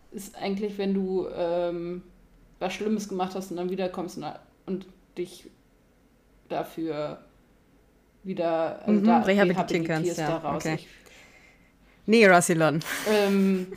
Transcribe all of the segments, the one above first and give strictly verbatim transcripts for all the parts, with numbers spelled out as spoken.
ist eigentlich, wenn du ähm, was Schlimmes gemacht hast und dann wiederkommst und, und dich dafür wieder, also Mhm, da rehabilitieren kannst, rehabilitierst ja, daraus. okay. Ich, Nee, Rassilon. ähm,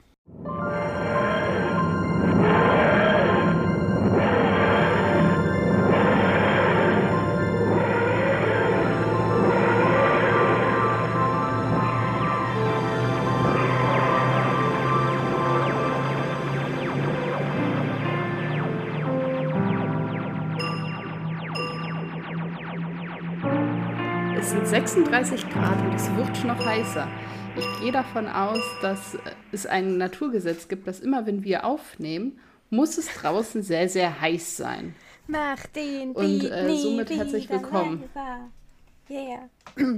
Es sind sechsunddreißig Grad und es wird noch heißer. Ich gehe davon aus, dass es ein Naturgesetz gibt, dass immer, wenn wir aufnehmen, muss es draußen sehr, sehr heiß sein. Mach den Und Beat äh, nie somit herzlich wieder willkommen. leiser. Yeah.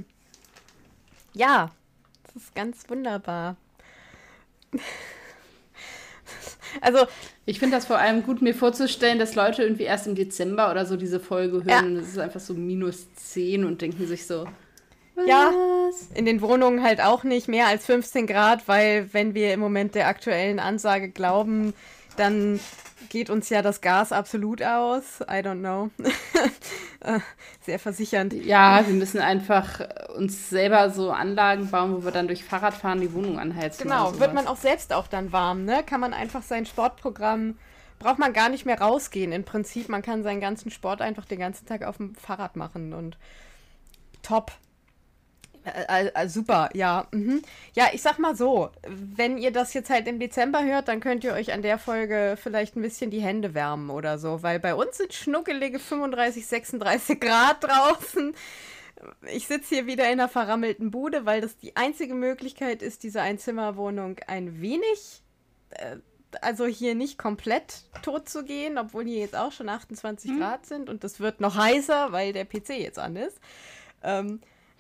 Ja, das ist ganz wunderbar. Also, Ich finde das vor allem gut, mir vorzustellen, dass Leute irgendwie erst im Dezember oder so diese Folge ja, hören und es ist einfach so minus zehn und denken sich so, ja, was? in den Wohnungen halt auch nicht mehr als fünfzehn Grad, weil wenn wir im Moment der aktuellen Ansage glauben, dann geht uns ja das Gas absolut aus. I don't know. Äh, Sehr versichernd. Ja, wir müssen einfach uns selber so Anlagen bauen, wo wir dann durch Fahrradfahren die Wohnung anheizen oder Genau, wird man sowas. auch selbst auch dann warm, ne? Kann man einfach sein Sportprogramm, braucht man gar nicht mehr rausgehen. Im Prinzip, man kann seinen ganzen Sport einfach den ganzen Tag auf dem Fahrrad machen und top. Äh, äh, super, ja. Mhm. Ja, ich sag mal so, wenn ihr das jetzt halt im Dezember hört, dann könnt ihr euch an der Folge vielleicht ein bisschen die Hände wärmen oder so, weil bei uns sind schnuckelige fünfunddreißig, sechsunddreißig Grad draußen. Ich sitze hier wieder in einer verrammelten Bude, weil das die einzige Möglichkeit ist, diese Einzimmerwohnung ein wenig, äh, also hier nicht komplett tot zu gehen, obwohl hier jetzt auch schon achtundzwanzig Hm? Grad sind und das wird noch heißer, weil der P C jetzt an ist. Ähm,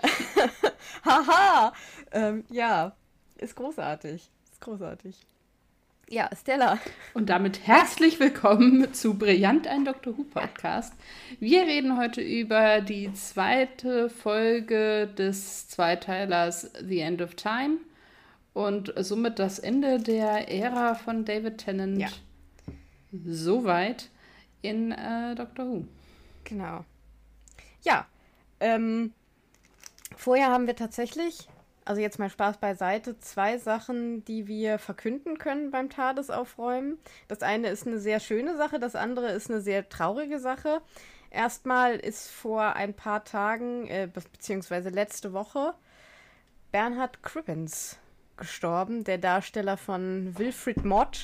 Haha! Ähm, ja, ist großartig. Ist großartig. Ja, Stella. Und damit herzlich willkommen zu Brillant, ein Doctor Who Podcast. Wir reden heute über die zweite Folge des Zweiteilers The End of Time und somit das Ende der Ära von David Tennant Ja, soweit in äh, Doctor Who. genau. Ja, ähm, vorher haben wir tatsächlich, also jetzt mal Spaß beiseite, zwei Sachen, die wir verkünden können beim TARDIS-Aufräumen. Das eine ist eine sehr schöne Sache, das andere ist eine sehr traurige Sache. Erstmal ist vor ein paar Tagen, äh, be- beziehungsweise letzte Woche, Bernhard Cribbins gestorben, der Darsteller von Wilfrid Mott.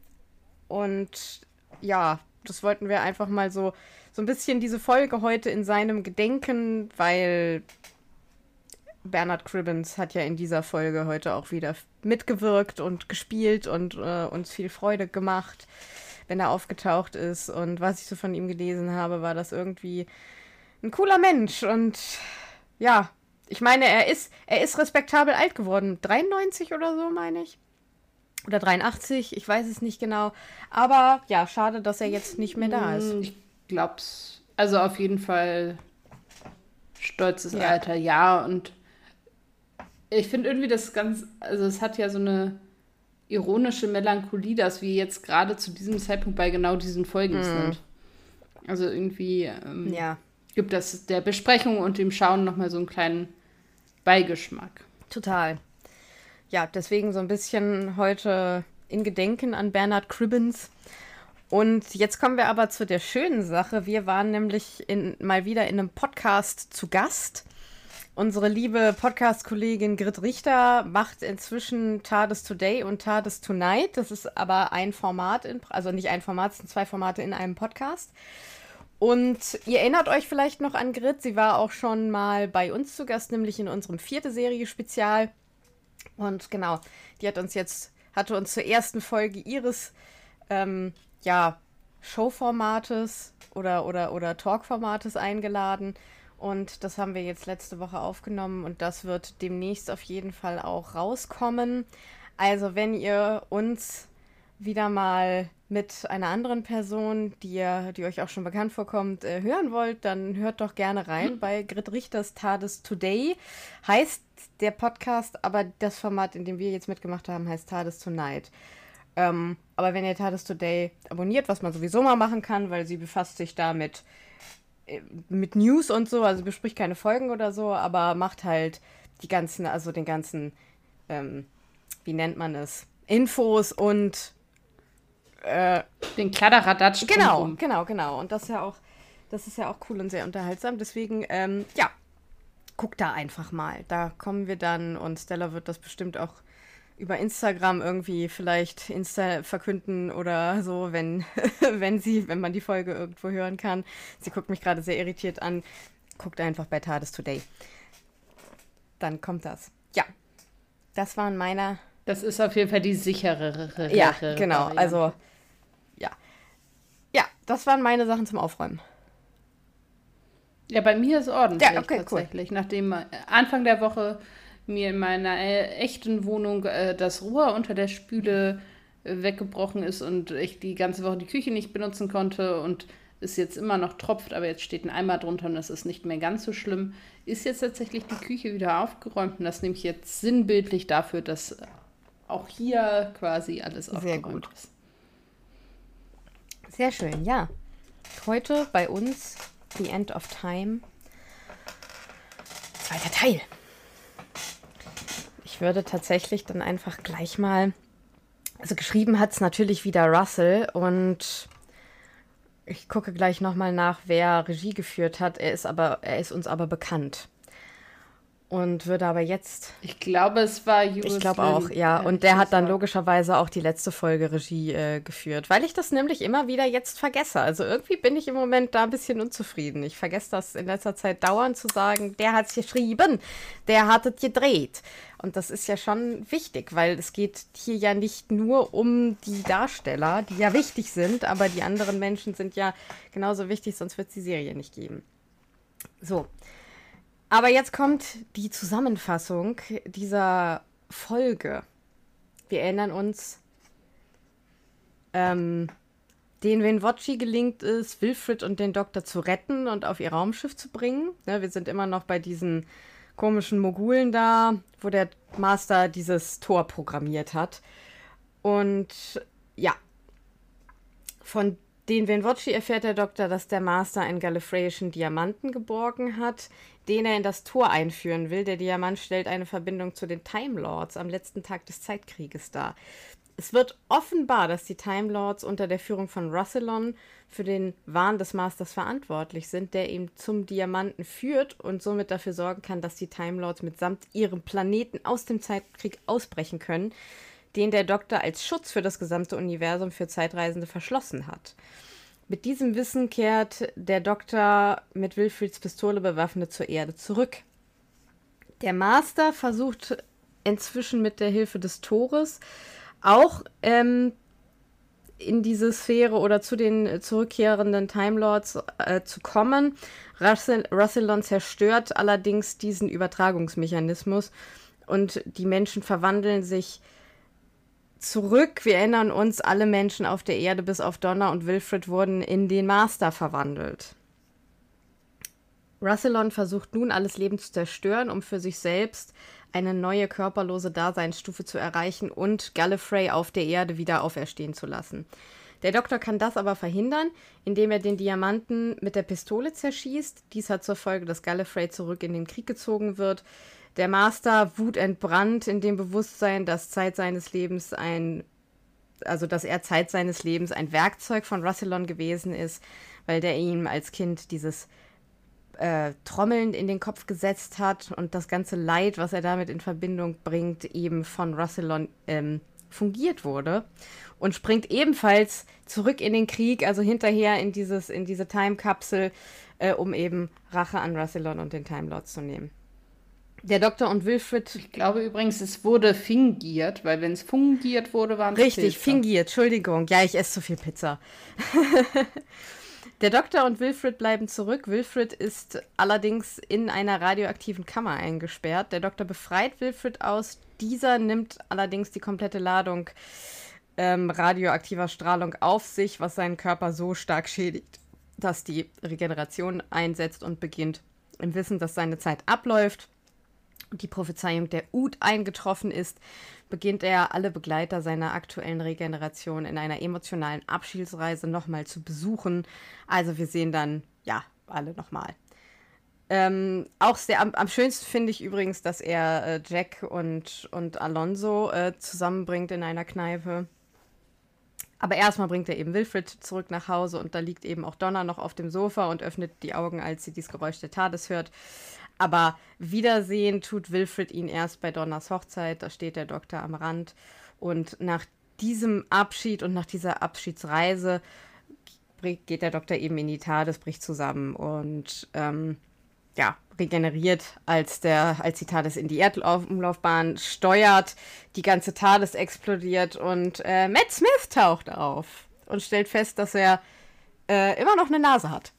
Und ja, das wollten wir einfach mal so, so ein bisschen diese Folge heute in seinem Gedenken, weil Bernhard Cribbins hat ja in dieser Folge heute auch wieder mitgewirkt und gespielt und äh, uns viel Freude gemacht, wenn er aufgetaucht ist. Und was ich so von ihm gelesen habe, war das irgendwie ein cooler Mensch. Und ja, ich meine, er ist, er ist respektabel alt geworden. dreiundneunzig oder so, meine ich. Oder dreiundachtzig, ich weiß es nicht genau. Aber ja, schade, dass er jetzt nicht mehr da ist. Ich glaub's. Also auf jeden Fall stolzes Ja. Alter, ja. Und ich finde irgendwie das ganz, also es hat ja so eine ironische Melancholie, dass wir jetzt gerade zu diesem Zeitpunkt bei genau diesen Folgen sind. Also irgendwie ähm, Ja, gibt das der Besprechung und dem Schauen nochmal so einen kleinen Beigeschmack. total. Ja, deswegen so ein bisschen heute in Gedenken an Bernhard Cribbins. Und jetzt kommen wir aber zu der schönen Sache. Wir waren nämlich in, mal wieder in einem Podcast zu Gast. Unsere liebe Podcast-Kollegin Grit Richter macht inzwischen TARDIS Today und TARDIS Tonight. Das ist aber ein Format, in, also nicht ein Format, es sind zwei Formate in einem Podcast. Und ihr erinnert euch vielleicht noch an Grit. Sie war auch schon mal bei uns zu Gast, nämlich in unserem vierte Serie-Spezial. Und genau, die hat uns jetzt, hatte uns zur ersten Folge ihres ähm, ja, Showformates oder, oder, oder Talkformates eingeladen. Und das haben wir jetzt letzte Woche aufgenommen und das wird demnächst auf jeden Fall auch rauskommen. Also wenn ihr uns wieder mal mit einer anderen Person, die, ihr, die euch auch schon bekannt vorkommt, äh, hören wollt, dann hört doch gerne rein bei Grit Richters TARDIS Today. Heißt der Podcast, aber das Format, in dem wir jetzt mitgemacht haben, heißt TARDIS Tonight. Ähm, aber wenn ihr TARDIS Today abonniert, was man sowieso mal machen kann, weil sie befasst sich da mit, äh, mit News und so, also bespricht keine Folgen oder so, aber macht halt die ganzen, also den ganzen, ähm, wie nennt man es, Infos und äh, Den Kladderadatsch genau, drumrum. genau, genau. Und das ist ja auch, das ist ja auch cool und sehr unterhaltsam. Deswegen, ähm, ja, guck da einfach mal. Da kommen wir dann und Stella wird das bestimmt auch über Instagram irgendwie vielleicht Insta verkünden oder so, wenn, wenn sie, wenn man die Folge irgendwo hören kann. Sie guckt mich gerade sehr irritiert an. Guckt einfach bei TARDIS Today. Dann kommt das. Ja, das waren meine. Das ist auf jeden Fall die sicherere Ja, genau. Variante. Also, ja. Ja, das waren meine Sachen zum Aufräumen. Ja, bei mir ist ordentlich Ja, okay, tatsächlich. Nachdem äh, Anfang der Woche mir in meiner äh, echten Wohnung äh, das Rohr unter der Spüle äh, weggebrochen ist und ich die ganze Woche die Küche nicht benutzen konnte und es jetzt immer noch tropft, aber jetzt steht ein Eimer drunter und das ist nicht mehr ganz so schlimm, ist jetzt tatsächlich die Küche wieder aufgeräumt und das nehme ich jetzt sinnbildlich dafür, dass auch hier quasi alles Sehr aufgeräumt gut. ist. Sehr schön, ja. Heute bei uns The End of Time. Zweiter Teil. Ich würde tatsächlich dann einfach gleich mal. Also geschrieben hat es natürlich wieder Russell und ich gucke gleich nochmal nach, wer Regie geführt hat. Er ist aber, er ist uns aber bekannt. Und würde aber jetzt. Ich glaube, es war Jules Ich glaube auch, Lynn, ja. äh, Und der hat dann Regisseur. logischerweise auch die letzte Folge Regie äh, geführt, weil ich das nämlich immer wieder jetzt vergesse. Also irgendwie bin ich im Moment da ein bisschen unzufrieden. Ich vergesse das in letzter Zeit dauernd zu sagen, der hat es geschrieben, der hat es gedreht. Und das ist ja schon wichtig, weil es geht hier ja nicht nur um die Darsteller, die ja wichtig sind, aber die anderen Menschen sind ja genauso wichtig, sonst wird es die Serie nicht geben. So. Aber jetzt kommt die Zusammenfassung dieser Folge. Wir erinnern uns, ähm, den Wenwotchi gelingt es, Wilfred und den Doktor zu retten und auf ihr Raumschiff zu bringen. Ne, wir sind immer noch bei diesen komischen Mogulen da, wo der Master dieses Tor programmiert hat. Und ja, von den Wenwotchi erfährt der Doktor, dass der Master einen gallifreyischen Diamanten geborgen hat, den er in das Tor einführen will. Der Diamant stellt eine Verbindung zu den Time Lords am letzten Tag des Zeitkrieges dar. Es wird offenbar, dass die Time Lords unter der Führung von Rassilon für den Wahn des Masters verantwortlich sind, der ihn zum Diamanten führt und somit dafür sorgen kann, dass die Time Lords mitsamt ihrem Planeten aus dem Zeitkrieg ausbrechen können, den der Doktor als Schutz für das gesamte Universum für Zeitreisende verschlossen hat. Mit diesem Wissen kehrt der Doktor mit Wilfrieds Pistole bewaffnet zur Erde zurück. Der Master versucht inzwischen mit der Hilfe des Tores auch ähm, in diese Sphäre oder zu den zurückkehrenden Time Lords äh, zu kommen. Russell, Rassilon zerstört allerdings diesen Übertragungsmechanismus und die Menschen verwandeln sich zurück. Wir erinnern uns, alle Menschen auf der Erde bis auf Donna und Wilfred wurden in den Master verwandelt. Rassilon versucht nun, alles Leben zu zerstören, um für sich selbst eine neue körperlose Daseinsstufe zu erreichen und Gallifrey auf der Erde wieder auferstehen zu lassen. Der Doktor kann das aber verhindern, indem er den Diamanten mit der Pistole zerschießt. Dies hat zur Folge, dass Gallifrey zurück in den Krieg gezogen wird. Der Master, wutentbrannt in dem Bewusstsein, dass Zeit seines Lebens ein, also dass er Zeit seines Lebens ein Werkzeug von Rassilon gewesen ist, weil der ihm als Kind dieses äh, Trommeln in den Kopf gesetzt hat und das ganze Leid, was er damit in Verbindung bringt, eben von Rassilon ähm, fungiert wurde und springt ebenfalls zurück in den Krieg, also hinterher in dieses, in diese Time-Kapsel, äh, um eben Rache an Rassilon und den Time Lords zu nehmen. Der Doktor und Wilfred. Ich glaube übrigens, es wurde fingiert, weil wenn es fungiert wurde, waren es Richtig, Pilze. fingiert, Entschuldigung. Ja, ich esse zu viel Pizza. Der Doktor und Wilfred bleiben zurück. Wilfred ist allerdings in einer radioaktiven Kammer eingesperrt. Der Doktor befreit Wilfred aus. Dieser nimmt allerdings die komplette Ladung ähm, radioaktiver Strahlung auf sich, was seinen Körper so stark schädigt, dass die Regeneration einsetzt und beginnt. Im Wissen, dass seine Zeit abläuft, die Prophezeiung der Ut eingetroffen ist, beginnt er, alle Begleiter seiner aktuellen Regeneration in einer emotionalen Abschiedsreise nochmal zu besuchen. Also wir sehen dann, ja, alle nochmal. Ähm, auch sehr am, am schönsten finde ich übrigens, dass er äh, Jack und, und Alonso äh, zusammenbringt in einer Kneipe. Aber erstmal bringt er eben Wilfred zurück nach Hause und da liegt eben auch Donna noch auf dem Sofa und öffnet die Augen, als sie dieses Geräusch der TARDIS hört. Aber wiedersehen tut Wilfred ihn erst bei Donnas Hochzeit, da steht der Doktor am Rand. Und nach diesem Abschied und nach dieser Abschiedsreise geht der Doktor eben in die TARDIS, bricht zusammen und ähm, ja, regeneriert, als, der, als die TARDIS in die Erdumlaufbahn steuert. Die ganze TARDIS explodiert und äh, Matt Smith taucht auf und stellt fest, dass er äh, immer noch eine Nase hat.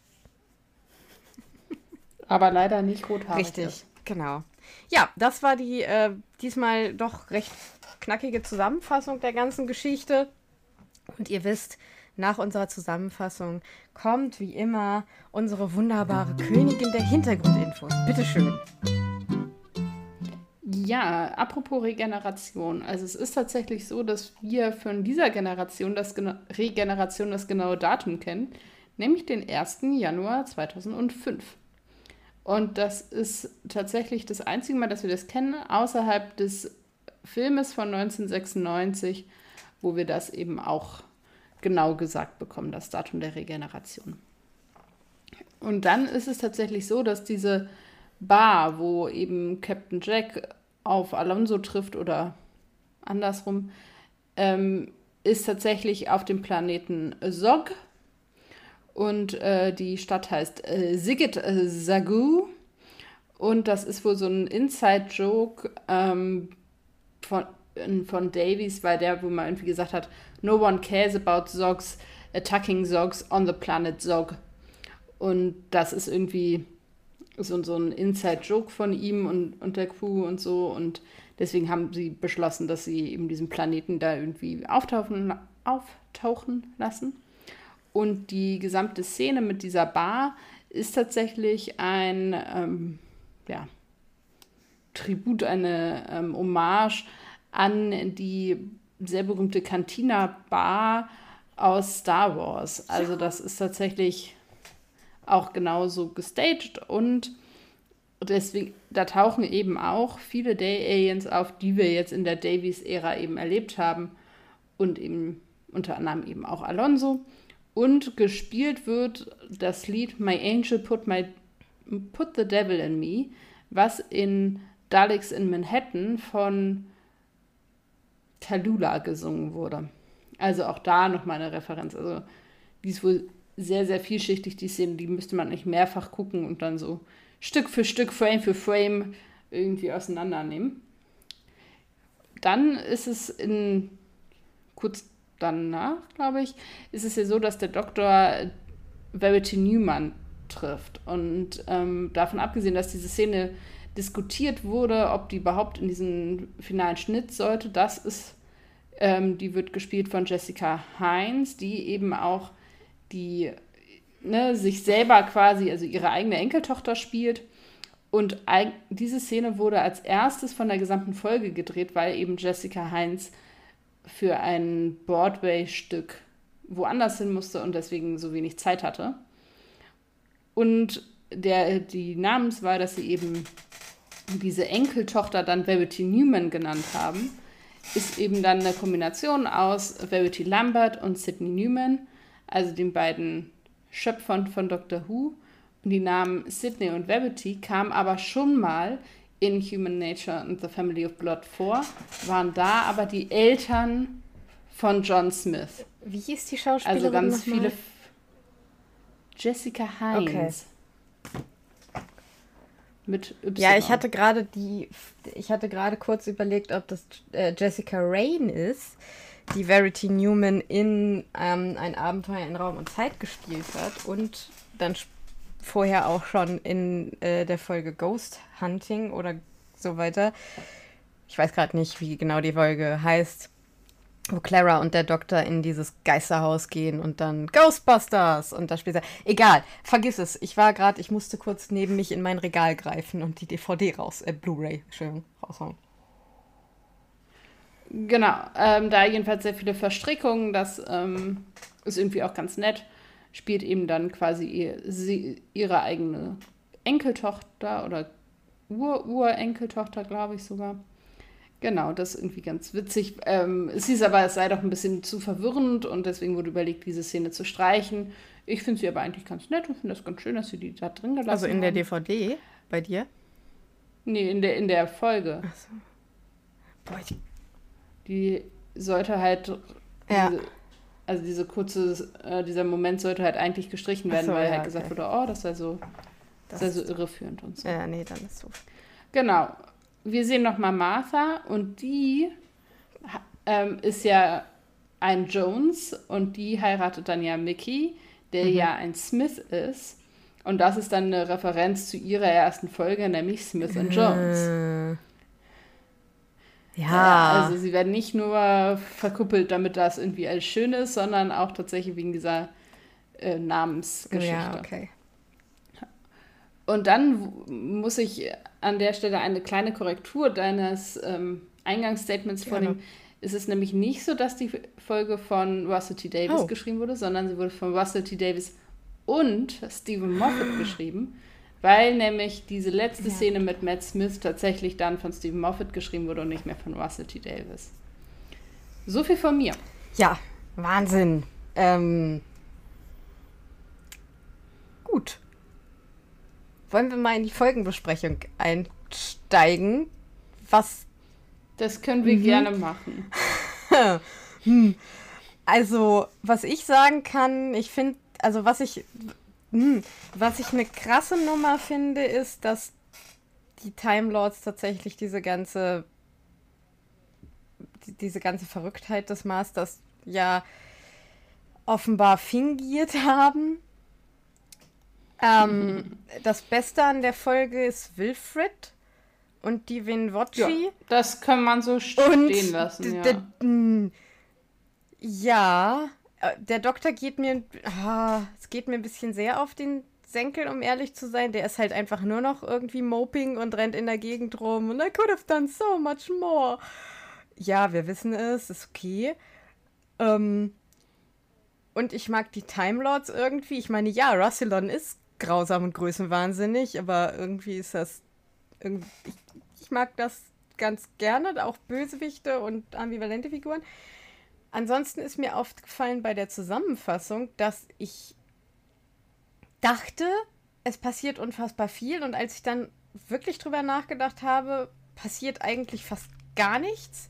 Aber leider nicht rothaarig. Richtig, ist. genau. Ja, das war die äh, diesmal doch recht knackige Zusammenfassung der ganzen Geschichte. Und ihr wisst, nach unserer Zusammenfassung kommt wie immer unsere wunderbare Königin der Hintergrundinfos. Bitteschön. Ja, apropos Regeneration. Also es ist tatsächlich so, dass wir von dieser Generation das gena- Regeneration das genaue Datum kennen, nämlich den ersten Januar zweitausendfünf. Und das ist tatsächlich das einzige Mal, dass wir das kennen, außerhalb des Filmes von neunzehnhundertsechsundneunzig, wo wir das eben auch genau gesagt bekommen, das Datum der Regeneration. Und dann ist es tatsächlich so, dass diese Bar, wo eben Captain Jack auf Alonso trifft oder andersrum, ähm, ist tatsächlich auf dem Planeten Zog. Und äh, die Stadt heißt äh, Sigit äh, Zagu. Und das ist wohl so ein Inside-Joke ähm, von, von Davies, weil der, wo man irgendwie gesagt hat, no one cares about Zogs attacking Zogs on the planet Zog. Und das ist irgendwie so, so ein Inside-Joke von ihm und, und der Crew und so. Und deswegen haben sie beschlossen, dass sie eben diesen Planeten da irgendwie auftauchen, auftauchen lassen. Und die gesamte Szene mit dieser Bar ist tatsächlich ein ähm, ja, Tribut, eine ähm, Hommage an die sehr berühmte Cantina-Bar aus Star Wars. Also das ist tatsächlich auch genauso gestaged und deswegen, da tauchen eben auch viele Day-Aliens auf, die wir jetzt in der Davies-Ära eben erlebt haben und eben unter anderem eben auch Alonso. Und gespielt wird das Lied My Angel Put, my, Put the Devil in Me, was in Daleks in Manhattan von Tallulah gesungen wurde. Also auch da nochmal eine Referenz. Also die ist wohl sehr, sehr vielschichtig, die Szene. Die müsste man nicht mehrfach gucken und dann so Stück für Stück, Frame für Frame irgendwie auseinandernehmen. Dann ist es in kurz danach, glaube ich, ist es ja so, dass der Doktor Verity Newman trifft. Und ähm, davon abgesehen, dass diese Szene diskutiert wurde, ob die überhaupt in diesen finalen Schnitt sollte, das ist, ähm, die wird gespielt von Jessica Hines, die eben auch die, ne, sich selber quasi, also ihre eigene Enkeltochter spielt. Und eig- diese Szene wurde als erstes von der gesamten Folge gedreht, weil eben Jessica Hines für ein Broadway-Stück woanders hin musste und deswegen so wenig Zeit hatte. Und der, die Namenswahl, dass sie eben diese Enkeltochter dann Verity Newman genannt haben, ist eben dann eine Kombination aus Verity Lambert und Sidney Newman, also den beiden Schöpfern von Doctor Who. Und die Namen Sidney und Verity kamen aber schon mal in Human Nature and the Family of Blood vor, waren da aber die Eltern von John Smith. Wie hieß die Schauspielerin? Also ganz noch viele... mal? F- Jessica Hines. Okay. Mit Y. Ja, ich hatte gerade die, ich hatte gerade kurz überlegt, ob das äh, Jessica Rain ist, die Verity Newman in ähm, ein Abenteuer in Raum und Zeit gespielt hat und dann sp- vorher auch schon in äh, der Folge Ghost Hunting oder so weiter. Ich weiß gerade nicht, wie genau die Folge heißt. wo Clara und der Doktor in dieses Geisterhaus gehen und dann Ghostbusters und da spielt er. Egal, vergiss es. Ich war gerade, ich musste kurz neben mich in mein Regal greifen und die D V D raus, äh, Blu-ray, Entschuldigung, rausholen. Genau, ähm, da jedenfalls sehr viele Verstrickungen, das ähm, ist irgendwie auch ganz nett. Spielt eben dann quasi ihr, sie, ihre eigene Enkeltochter oder Ur-Urenkeltochter, glaube ich sogar. Genau, das ist irgendwie ganz witzig. Ähm, es hieß aber, es sei doch ein bisschen zu verwirrend und deswegen wurde überlegt, diese Szene zu streichen. Ich finde sie aber eigentlich ganz nett und finde das ganz schön, dass sie die da drin gelassen haben. Also in der D V D bei dir? Nee, in der, in der Folge. Ach so. Boah, ich... Die sollte halt... Ja. Diese, also diese kurze, äh, dieser Moment sollte halt eigentlich gestrichen werden, so, weil ja, halt gesagt okay. wurde, oh, das sei so, das sei Das- so irreführend und so. Ja, nee, dann ist so. Genau. Wir sehen nochmal Martha und die ha- ähm, ist ja ein Jones und die heiratet dann ja Mickey, der ja ein Smith ist. Und das ist dann eine Referenz zu ihrer ersten Folge, nämlich Smith and Jones. Äh, Ja, ja. also sie werden nicht nur verkuppelt, damit das irgendwie alles schön ist, sondern auch tatsächlich wegen dieser äh, Namensgeschichte. Ja, okay. Und dann w- muss ich an der Stelle eine kleine Korrektur deines ähm, Eingangsstatements Gerne. vornehmen. Es ist nämlich nicht so, dass die Folge von Russell T. Davis Oh. geschrieben wurde, sondern sie wurde von Russell T. Davis und Stephen Moffat geschrieben, weil nämlich diese letzte Ja. Szene mit Matt Smith tatsächlich dann von Stephen Moffat geschrieben wurde und nicht mehr von Russell T. Davis. So viel von mir. Ja, Wahnsinn. Ähm, gut. Wollen wir mal in die Folgenbesprechung einsteigen? Was, Das können wir Mhm. gerne machen. hm, also, was ich sagen kann, ich finde, also was ich, hm, was ich eine krasse Nummer finde, ist, dass die Time Lords tatsächlich diese ganze, die, diese ganze Verrücktheit des Masters ja offenbar fingiert haben. Ähm, das Beste an der Folge ist Wilfred und die Winwochi. Ja, das kann man so Und stehen lassen, d- ja. d- m, ja, äh, der Doktor geht mir, ah, es geht mir ein bisschen sehr auf den Senkel, um ehrlich zu sein. Der ist halt einfach nur noch irgendwie moping und rennt in der Gegend rum und I could have done so much more. Ja, wir wissen es, ist okay. Ähm, und ich mag die Time Lords irgendwie. Ich meine, ja, Rassilon ist grausam und größenwahnsinnig, aber irgendwie ist das, irgendwie, ich, ich mag das ganz gerne, auch Bösewichte und ambivalente Figuren. Ansonsten ist mir aufgefallen bei der Zusammenfassung, dass ich dachte, es passiert unfassbar viel und als ich dann wirklich drüber nachgedacht habe, passiert eigentlich fast gar nichts.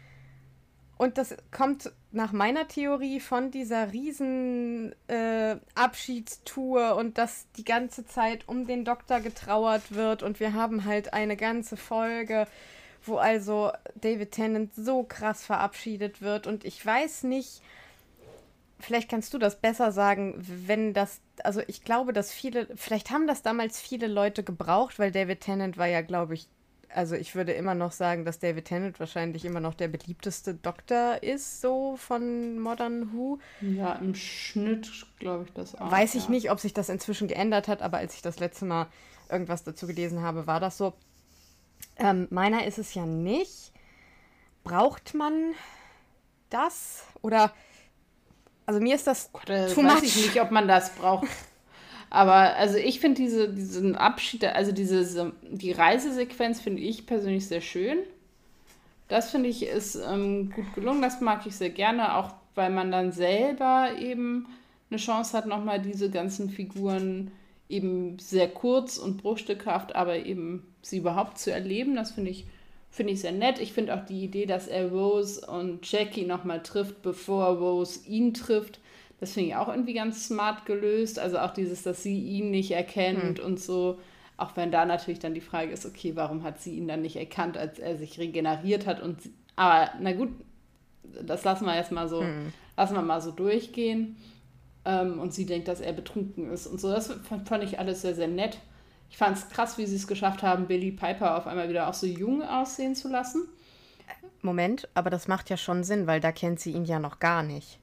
Und das kommt nach meiner Theorie von dieser riesen äh, Abschiedstour und dass die ganze Zeit um den Doktor getrauert wird und wir haben halt eine ganze Folge, wo also David Tennant so krass verabschiedet wird und ich weiß nicht, vielleicht kannst du das besser sagen, wenn das, also ich glaube, dass viele, vielleicht haben das damals viele Leute gebraucht, weil David Tennant war ja, glaube ich, also ich würde immer noch sagen, dass David Tennant wahrscheinlich immer noch der beliebteste Doktor ist, so von Modern Who. Ja, im Schnitt glaube ich das auch. Weiß ich ja. nicht, ob sich das inzwischen geändert hat, aber als ich das letzte Mal irgendwas dazu gelesen habe, war das so. Ähm, meiner ist es ja nicht. Braucht man das? Oder, also mir ist das Gott, äh, too weiß much. ich nicht, ob man das braucht. Aber also ich finde diese, diesen Abschied, also diese, die Reisesequenz finde ich persönlich sehr schön. Das finde ich ist ähm, gut gelungen, das mag ich sehr gerne, auch weil man dann selber eben eine Chance hat, nochmal diese ganzen Figuren eben sehr kurz und bruchstückhaft, aber eben sie überhaupt zu erleben. Das finde ich, finde ich sehr nett. Ich finde auch die Idee, dass er Rose und Jackie nochmal trifft, bevor Rose ihn trifft. Das finde ich auch irgendwie ganz smart gelöst. Also auch dieses, dass sie ihn nicht erkennt und so. Auch wenn da natürlich dann die Frage ist, okay, warum hat sie ihn dann nicht erkannt, als er sich regeneriert hat? Und sie, aber na gut, das lassen wir jetzt mal so, lassen wir mal so durchgehen. Ähm, und sie denkt, dass er betrunken ist und so. Das fand, fand ich alles sehr, sehr nett. Ich fand es krass, wie sie es geschafft haben, Billie Piper auf einmal wieder auch so jung aussehen zu lassen. Moment, aber das macht ja schon Sinn, weil da kennt sie ihn ja noch gar nicht.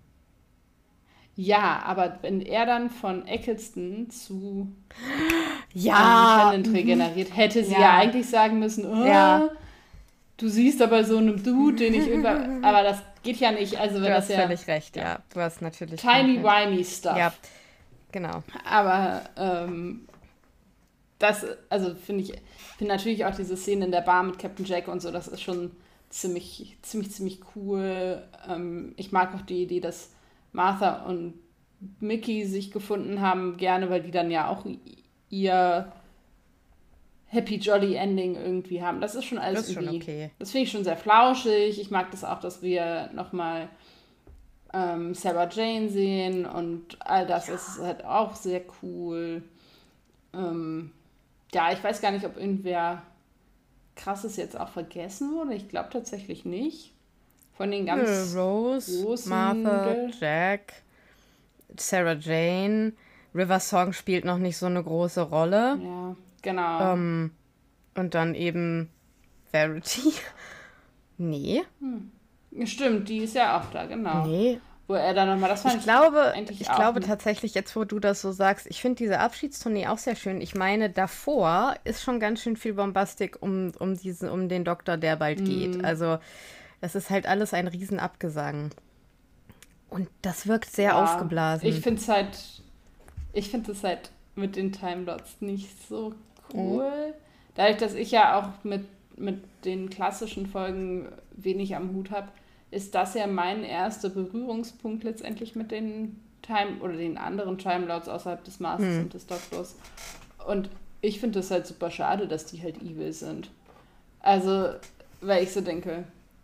Ja, aber wenn er dann von Eccleston zu Ja, ähm, Tennant regeneriert, hätte sie ja. Ja. eigentlich sagen müssen, oh, Ja. du siehst aber so einen Dude, den ich irgendwann... Aber das geht ja nicht. Also wenn du das hast ja völlig recht, ja. Du hast natürlich timey-wimey Stuff. Ja, genau. Aber ähm, das, also finde ich, finde natürlich auch diese Szene in der Bar mit Captain Jack und so, das ist schon ziemlich, ziemlich, ziemlich cool. Ähm, ich mag auch die Idee, dass Martha und Mickey sich gefunden haben, gerne, weil die dann ja auch ihr Happy Jolly Ending irgendwie haben. Das ist schon alles Das ist schon irgendwie, okay. das finde ich schon sehr flauschig. Ich mag das auch, dass wir nochmal ähm, Sarah Jane sehen und all das ja. ist halt auch sehr cool. Ähm, ja, ich weiß gar nicht, ob irgendwer krasses jetzt auch vergessen wurde. Ich glaube tatsächlich nicht. Von den ganz Nö, Rose, großen Martha, Gel- Jack, Sarah Jane. River Song spielt noch nicht so eine große Rolle. Ja, genau. Ähm, und dann eben Verity. Nee. Stimmt, die ist ja auch da, genau. Nee. Wo er dann nochmal, das fand Ich glaube, eigentlich ich auch glaube ein- tatsächlich, jetzt wo du das so sagst, ich finde diese Abschiedstournee auch sehr schön. Ich meine, davor ist schon ganz schön viel Bombastik um, um, diesen, um den Doktor, der bald geht. Also das ist halt alles ein Riesenabgesang. Und das wirkt sehr Ja, aufgeblasen. Ich finde es halt, ich finde es halt mit den Timelots nicht so cool. Dadurch, dass ich ja auch mit, mit den klassischen Folgen wenig am Hut habe, ist das ja mein erster Berührungspunkt letztendlich mit den Time oder den anderen Timelots außerhalb des Masters Hm. und des Doktors. Und ich finde es halt super schade, dass die halt evil sind. Also, weil ich so denke,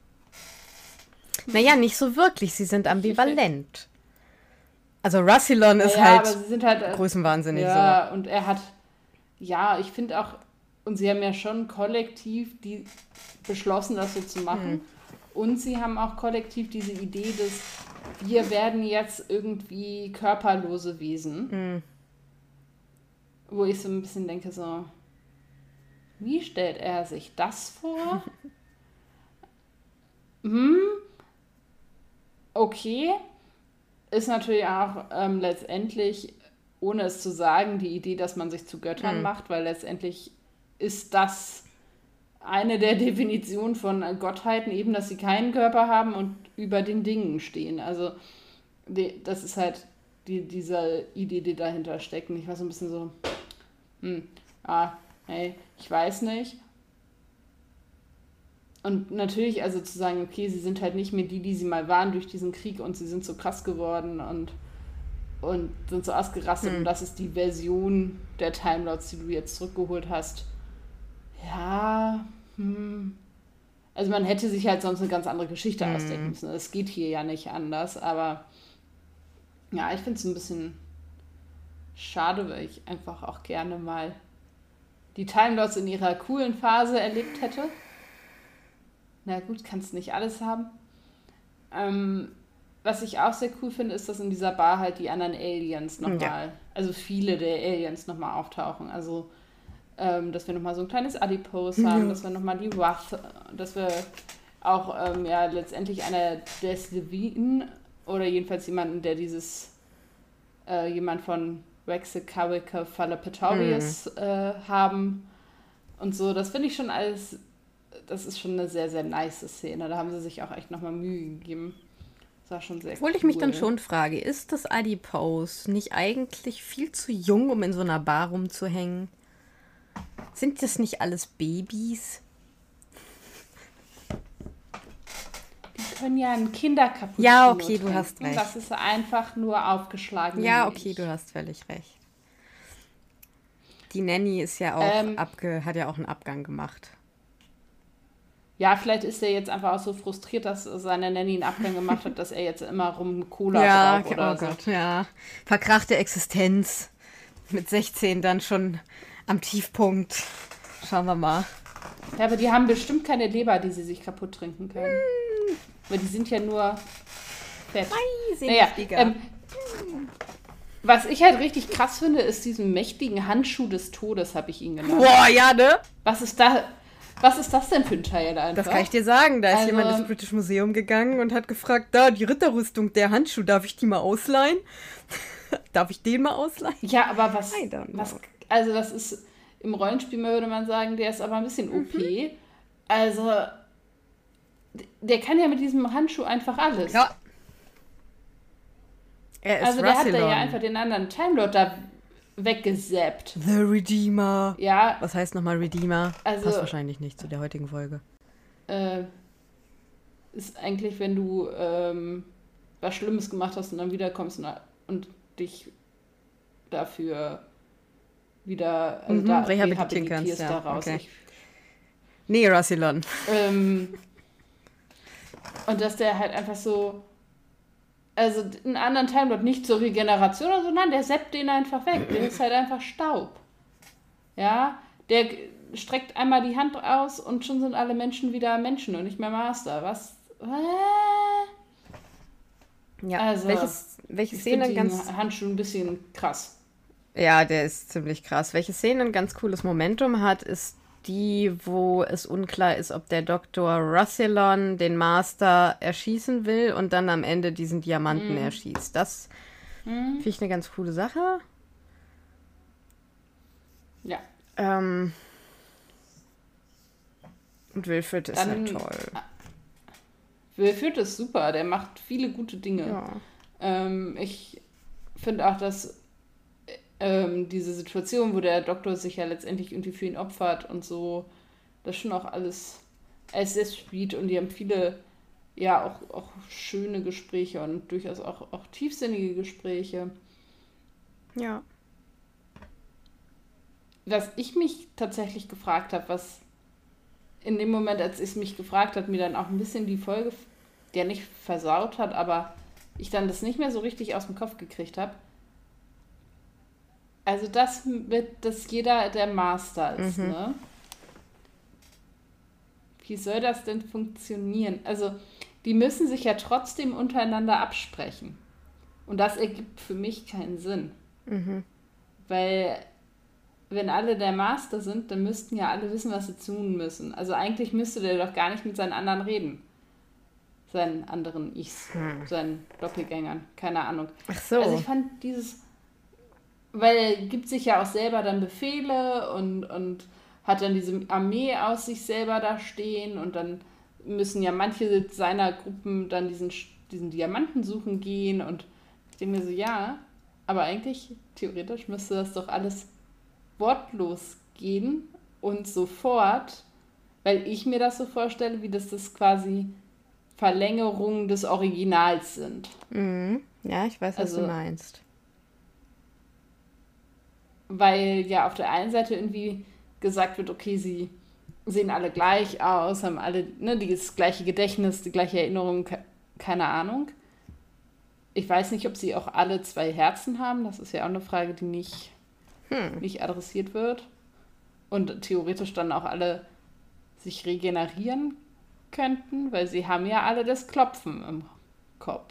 Naja, nicht so wirklich. Sie sind ambivalent. Also Rassilon ist ja, halt aber sie sind halt äh, größenwahnsinnig ja, und er hat, ja, ich finde auch, und sie haben ja schon kollektiv die beschlossen, das so zu machen. Und sie haben auch kollektiv diese Idee, dass wir werden jetzt irgendwie körperlose Wesen. Mhm. Wo ich so ein bisschen denke, so, wie stellt er sich das vor? hm, okay. Ist natürlich auch ähm, letztendlich, ohne es zu sagen, die Idee, dass man sich zu Göttern Mhm. macht, weil letztendlich ist das eine der Definitionen von Gottheiten, eben, dass sie keinen Körper haben und über den Dingen stehen. Also die, das ist halt die, diese Idee, die dahinter steckt. Und ich war so ein bisschen so, hm, ah, hey, ich weiß nicht. Und natürlich, also zu sagen, okay, sie sind halt nicht mehr die, die sie mal waren durch diesen Krieg und sie sind so krass geworden und, und sind so ausgerastet Hm. und das ist die Version der Timelots, die du jetzt zurückgeholt hast. Ja, hm. Also man hätte sich halt sonst eine ganz andere Geschichte Hm. ausdenken müssen. Es geht hier ja nicht anders, aber ja, ich finde es ein bisschen schade, weil ich einfach auch gerne mal die Timelots in ihrer coolen Phase erlebt hätte. Na gut, kannst nicht alles haben. Ähm, was ich auch sehr cool finde, ist, dass in dieser Bar halt die anderen Aliens nochmal, also viele der Aliens nochmal auftauchen. Also, ähm, dass wir nochmal so ein kleines Adipose haben, dass wir nochmal die Wrath, dass wir auch ähm, ja letztendlich einer der Sleviten oder jedenfalls jemanden, der dieses, äh, jemand von Wexicarica Phalapetorius äh, haben und so. Das finde ich schon alles, das ist schon eine sehr, sehr nice Szene. Da haben sie sich auch echt nochmal Mühe gegeben. Das war schon sehr Obwohl cool. ich mich dann schon frage, ist das Adipose nicht eigentlich viel zu jung, um in so einer Bar rumzuhängen? Sind das nicht alles Babys? Die können ja einen Kinderkappuccino Ja, okay, du trinken. hast recht. Das ist einfach nur aufgeschlagen. Ja, okay, du hast völlig recht. Die Nanny ist ja auch Ähm, abge hat ja auch einen Abgang gemacht. Ja, vielleicht ist er jetzt einfach auch so frustriert, dass seine Nanny einen Abgang gemacht hat, dass er jetzt immer rum Cola Ja, braucht oder oh so. Gott, ja. Verkrachte Existenz. Mit sechzehn dann schon am Tiefpunkt. Schauen wir mal. Ja, aber die haben bestimmt keine Leber, die sie sich kaputt trinken können. Hm. Weil die sind ja nur fett. Naja, Naja, ähm, was ich halt richtig krass finde, ist diesen mächtigen Handschuh des Todes, habe ich ihn genannt. Boah, ja, ne? Was ist da? Was ist das denn für ein Teil einfach? Das kann ich dir sagen. Da ist Also- jemand ins British Museum gegangen und hat gefragt, da, die Ritterrüstung, der Handschuh, darf ich die mal ausleihen? Darf ich den mal ausleihen? Ja, aber was, I don't know. was, also das ist, im Rollenspiel würde man sagen, der ist aber ein bisschen O P. Mhm. Also, der kann ja mit diesem Handschuh einfach alles. Ja. Er ist Also der hat da Rassilon. ja einfach den anderen Time Lord da weggesappt. The Redeemer. Ja, Was heißt nochmal Redeemer? Also- Passt wahrscheinlich nicht zu der heutigen Folge. äh, ist eigentlich, wenn du ähm, was Schlimmes gemacht hast und dann wiederkommst und, und dich dafür wieder also Mhm, da rehabilitieren kannst, ja, daraus. okay. Ich, Nee, Rassilon. ähm, und dass der halt einfach so, also einen anderen Time Lord nicht zur Regeneration oder so, nein, der zappt den einfach weg. Der ist halt einfach Staub. Ja, der g- streckt einmal die Hand aus und schon sind alle Menschen wieder Menschen und nicht mehr Master. Was? Hä? Ja, Also, welches, welche Ich finde Szene den ganz... Handschuh ein bisschen krass. Ja, der ist ziemlich krass. Welche Szene ein ganz cooles Momentum hat, ist die, wo es unklar ist, ob der Doktor Rassilon den Master erschießen will und dann am Ende diesen Diamanten Mhm. erschießt. Das Hm? finde ich eine ganz coole Sache. Ja. Ähm, und Wilfred ist Dann- halt toll. Wilfried ist super, der macht viele gute Dinge. Ja. Ähm, ich finde auch, dass ähm, diese Situation, wo der Doktor sich ja letztendlich irgendwie für ihn opfert und so, das ist schon auch alles, alles sehr sweet und die haben viele, ja, auch, auch schöne Gespräche und durchaus auch, auch tiefsinnige Gespräche. Ja. Was ich mich tatsächlich gefragt habe, was in dem Moment, als ich es mich gefragt habe, mir dann auch ein bisschen die Folge, der nicht versaut hat, aber ich dann das nicht mehr so richtig aus dem Kopf gekriegt habe. Also das mit, dass jeder der Master ist, Mhm. ne? Wie soll das denn funktionieren? Also die müssen sich ja trotzdem untereinander absprechen. Und das ergibt für mich keinen Sinn. Mhm. Weil wenn alle der Master sind, dann müssten ja alle wissen, was sie tun müssen. Also eigentlich müsste der doch gar nicht mit seinen anderen reden. Seinen anderen Ichs, Hm. seinen Doppelgängern, keine Ahnung. Ach so. Also ich fand dieses, weil er gibt sich ja auch selber dann Befehle und, und hat dann diese Armee aus sich selber da stehen und dann müssen ja manche seiner Gruppen dann diesen, diesen Diamanten suchen gehen und ich denke mir so, ja, aber eigentlich, theoretisch müsste das doch alles wortlos gehen und sofort, weil ich mir das so vorstelle, wie das das quasi Verlängerungen des Originals sind. Mhm. Ja, ich weiß, was Also- du meinst. Weil ja auf der einen Seite irgendwie gesagt wird, okay, sie sehen alle gleich aus, haben alle ne, das gleiche Gedächtnis, die gleiche Erinnerung, ke- keine Ahnung. Ich weiß nicht, ob sie auch alle zwei Herzen haben. Das ist ja auch eine Frage, die nicht, Hm. nicht adressiert wird. Und theoretisch dann auch alle sich regenerieren könnten, weil sie haben ja alle das Klopfen im Kopf.